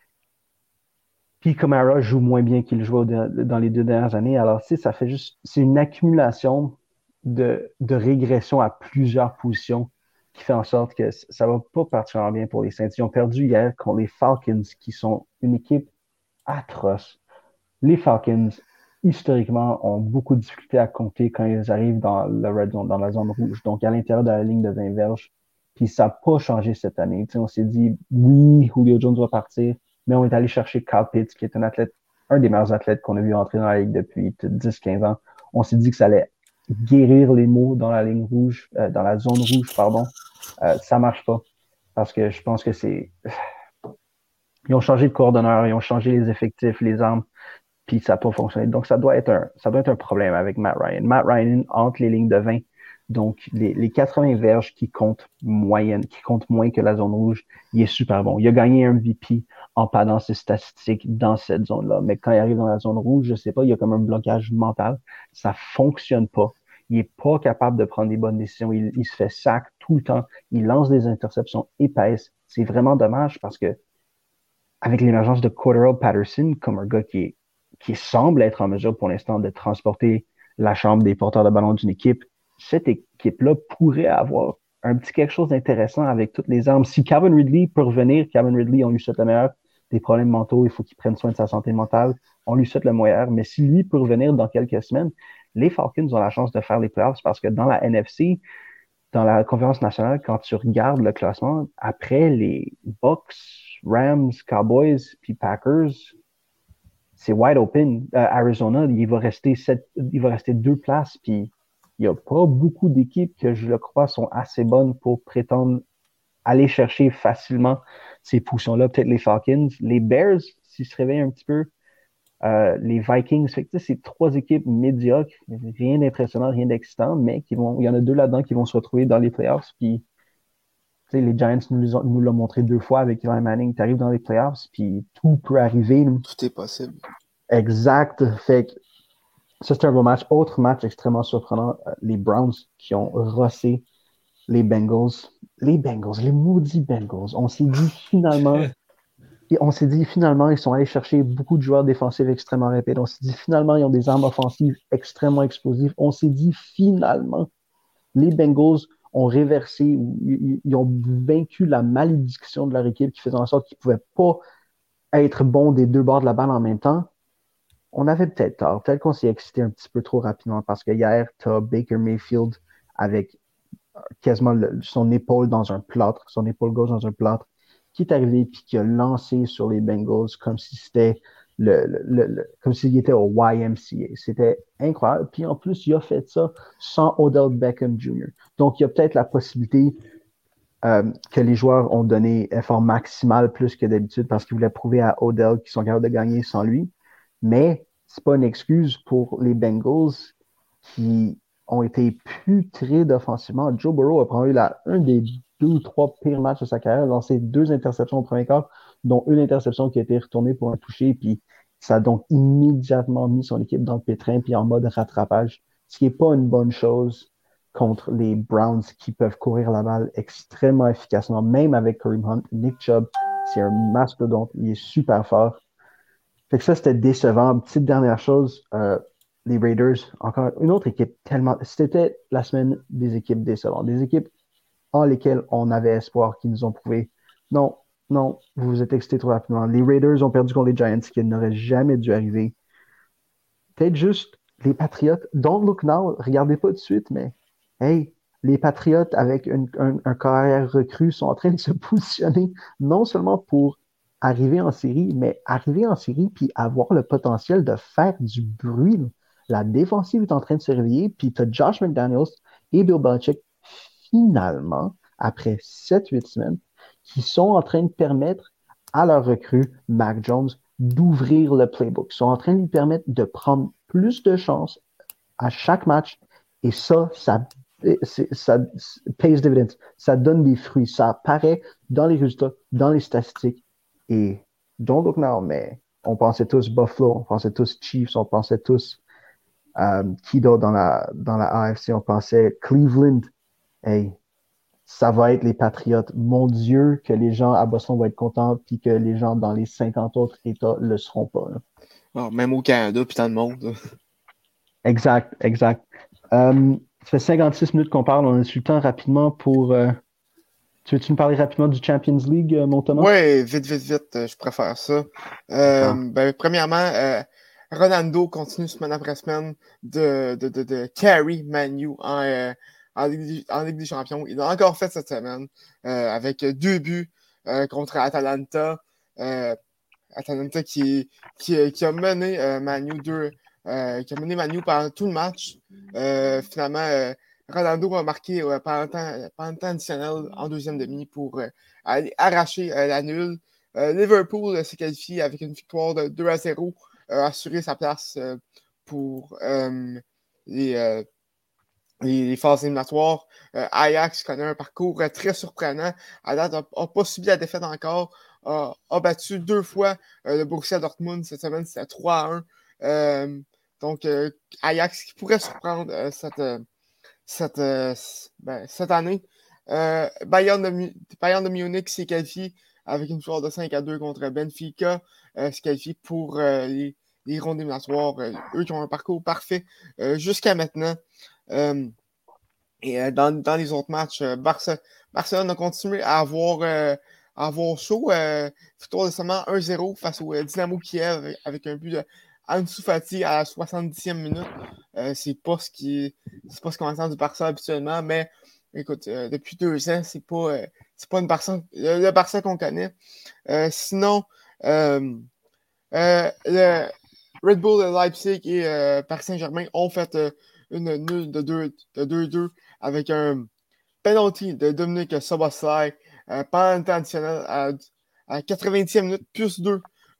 Puis Kamara joue moins bien qu'il jouait dans les 2 dernières années. Alors, ça fait juste... C'est une accumulation de régression à plusieurs positions qui fait en sorte que ça va pas particulièrement bien pour les Saints. Ils ont perdu hier contre les Falcons, qui sont une équipe atroce. Les Falcons, historiquement, ont beaucoup de difficultés à compter quand ils arrivent dans le red zone, dans la zone rouge, donc à l'intérieur de la ligne de 20 verges. Puis ça n'a pas changé cette année. On s'est dit, oui, Julio Jones va partir, mais on est allé chercher Kyle Pitts, qui est un des meilleurs athlètes qu'on a vu entrer dans la ligue depuis 10-15 ans. On s'est dit que ça allait guérir les maux dans la ligne rouge, dans la zone rouge, pardon. Ça marche pas. Parce que je pense que ils ont changé de coordonneur, ils ont changé les effectifs, les armes, puis ça n'a pas fonctionné. Donc, ça doit être un problème avec Matt Ryan. Matt Ryan entre les lignes de 20. Donc, les 80 verges qui comptent moins que la zone rouge, il est super bon. Il a gagné un MVP en padant ses statistiques dans cette zone-là. Mais quand il arrive dans la zone rouge, je sais pas, il y a comme un blocage mental. Ça fonctionne pas. Il est pas capable de prendre des bonnes décisions. Il se fait sac tout le temps. Il lance des interceptions épaisses. C'est vraiment dommage parce que avec l'émergence de Cordarrelle Patterson comme un gars qui semble être en mesure pour l'instant de transporter la chambre des porteurs de ballon d'une équipe, cette équipe-là pourrait avoir un petit quelque chose d'intéressant avec toutes les armes. Si Calvin Ridley peut revenir, Calvin Ridley, on lui souhaite le meilleur. Des problèmes mentaux, il faut qu'il prenne soin de sa santé mentale. On lui souhaite le meilleur. Mais si lui peut revenir dans quelques semaines, les Falcons ont la chance de faire les playoffs parce que dans la NFC, dans la conférence nationale, quand tu regardes le classement, après les Bucks, Rams, Cowboys, puis Packers, c'est wide open. Arizona, il va rester 2 places, puis il n'y a pas beaucoup d'équipes que je le crois sont assez bonnes pour prétendre aller chercher facilement ces positions-là. Peut-être les Falcons, les Bears, s'ils se réveillent un petit peu, les Vikings. Fait que, c'est 3 équipes médiocres, rien d'impressionnant, rien d'excitant, mais il y en a 2 là-dedans qui vont se retrouver dans les playoffs. Puis, les Giants nous l'ont montré 2 fois avec Eli Manning. Tu arrives dans les playoffs, puis tout peut arriver. Tout est possible. Exact. Fait que ça, c'était un beau match. Autre match extrêmement surprenant, les Browns qui ont rossé les Bengals. Les maudits Bengals. On s'est dit finalement, ils sont allés chercher beaucoup de joueurs défensifs extrêmement rapides. On s'est dit finalement, ils ont des armes offensives extrêmement explosives. On s'est dit finalement, les Bengals ont réversé, ils ont vaincu la malédiction de leur équipe qui faisait en sorte qu'ils ne pouvaient pas être bons des deux bords de la balle en même temps, on avait peut-être tort. Peut-être qu'on s'est excité un petit peu trop rapidement parce que hier, tu as Baker Mayfield avec quasiment son épaule dans un plâtre, son épaule gauche dans un plâtre, qui est arrivé et qui a lancé sur les Bengals comme si c'était comme s'il était au YMCA. C'était incroyable. Puis en plus, il a fait ça sans Odell Beckham Jr. Donc, il y a peut-être la possibilité que les joueurs ont donné effort maximal plus que d'habitude parce qu'ils voulaient prouver à Odell qu'ils sont capables de gagner sans lui. Mais c'est pas une excuse pour les Bengals qui ont été putrides offensivement. Joe Burrow a probablement eu un des 2 ou 3 pires matchs de sa carrière, lancé 2 interceptions au premier quart, dont une interception qui a été retournée pour un toucher, puis ça a donc immédiatement mis son équipe dans le pétrin, puis en mode rattrapage, ce qui n'est pas une bonne chose contre les Browns qui peuvent courir la balle extrêmement efficacement, même avec Kareem Hunt. Nick Chubb, c'est un mastodonte, il est super fort. Fait que ça, c'était décevant. Petite dernière chose, les Raiders, encore une autre équipe tellement. C'était la semaine des équipes décevantes, des équipes en lesquelles on avait espoir, qui nous ont prouvé non, non, vous vous êtes excité trop rapidement. Les Raiders ont perdu contre les Giants, ce qui n'aurait jamais dû arriver. Peut-être juste les Patriots. Don't look now, regardez pas tout de suite, mais hey, les Patriots avec un carrière recrue sont en train de se positionner non seulement pour arriver en série, mais arriver en série puis avoir le potentiel de faire du bruit. Là. La défensive est en train de se réveiller, puis tu as Josh McDaniels et Bill Belichick finalement, après 7-8 semaines, qui sont en train de permettre à leur recrue, Mac Jones, d'ouvrir le playbook. Ils sont en train de lui permettre de prendre plus de chances à chaque match. Et ça pays dividends. Ça donne des fruits. Ça apparaît dans les résultats, dans les statistiques. Et don't look now, mais on pensait tous Buffalo, on pensait tous Chiefs, on pensait tous qui d'autre dans la AFC, on pensait Cleveland. Hey, ça va être les Patriotes. Mon Dieu, que les gens à Boston vont être contents, puis que les gens dans les 50 autres États le seront pas. Alors, même au Canada, puis tant de monde. Exact, exact. Ça fait 56 minutes qu'on parle. On a eu le temps rapidement pour. Tu veux-tu nous parler rapidement du Champions League, mon Thomas? Ouais, vite, vite, vite, je préfère ça. Premièrement, Ronaldo continue semaine après semaine de carry Man U en Ligue des Champions. Il l'a encore fait cette semaine avec 2 buts contre Atalanta. Atalanta qui a mené Man U qui a mené Man U pendant tout le match. Finalement, Ronaldo a marqué pendant le temps additionnel en deuxième demi pour aller arracher la nulle. Liverpool s'est qualifié avec une victoire de 2-0, assurer sa place pour les phases éliminatoires. Ajax connaît un parcours très surprenant. À date, n'a pas subi la défaite encore. A battu 2 fois le Borussia Dortmund cette semaine, c'était 3-1. Donc, Ajax qui pourrait surprendre cette année. Bayern de Munich s'est qualifié avec une victoire de 5-2 contre Benfica. S'est qualifié pour les rondes éliminatoires. Eux qui ont un parcours parfait jusqu'à maintenant. Et dans les autres matchs, Barcelone a continué à avoir chaud. Victoire de seulement 1-0 face au Dynamo Kiev avec un but de Ansu Fati à la 70e minute. C'est pas ce qu'on attend du Barça habituellement, mais écoute, depuis 2 ans, c'est pas le Barça qu'on connaît. Sinon, le Red Bull de Leipzig et Paris Saint-Germain ont fait une nulle de 2-2 avec un penalty de Dominic Szoboszlai pendant le temps additionnel à la 80e minute, plus 2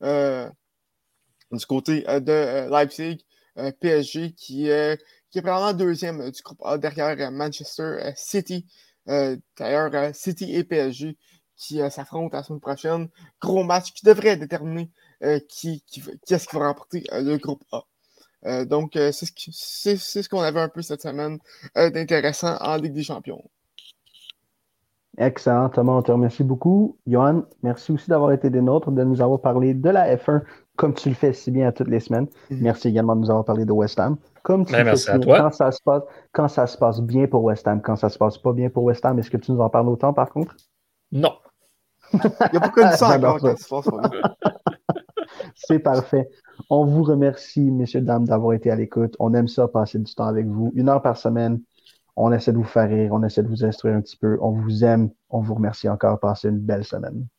du côté de Leipzig. PSG qui est probablement deuxième du groupe A derrière Manchester City. D'ailleurs, City et PSG qui s'affrontent la semaine prochaine. Gros match qui devrait déterminer qui est-ce qui va remporter le groupe A. Donc, c'est ce qu'on avait un peu cette semaine d'intéressant en Ligue des Champions. Excellent, Thomas, on te remercie beaucoup. Johan, merci aussi d'avoir été des nôtres, de nous avoir parlé de la F1 comme tu le fais si bien à toutes les semaines. Merci également de nous avoir parlé de West Ham, comme tu le fais Merci si à bien toi. quand ça se passe bien pour West Ham, quand ça se passe pas bien pour West Ham. Est-ce que tu nous en parles autant par contre? Non. Il n'y a pas connu ça J'adore encore ça. quand ça se passe pas bien. C'est parfait. On vous remercie, messieurs, dames, d'avoir été à l'écoute. On aime ça, passer du temps avec vous. 1 heure par semaine. On essaie de vous faire rire, on essaie de vous instruire un petit peu. On vous aime. On vous remercie encore. Passez une belle semaine.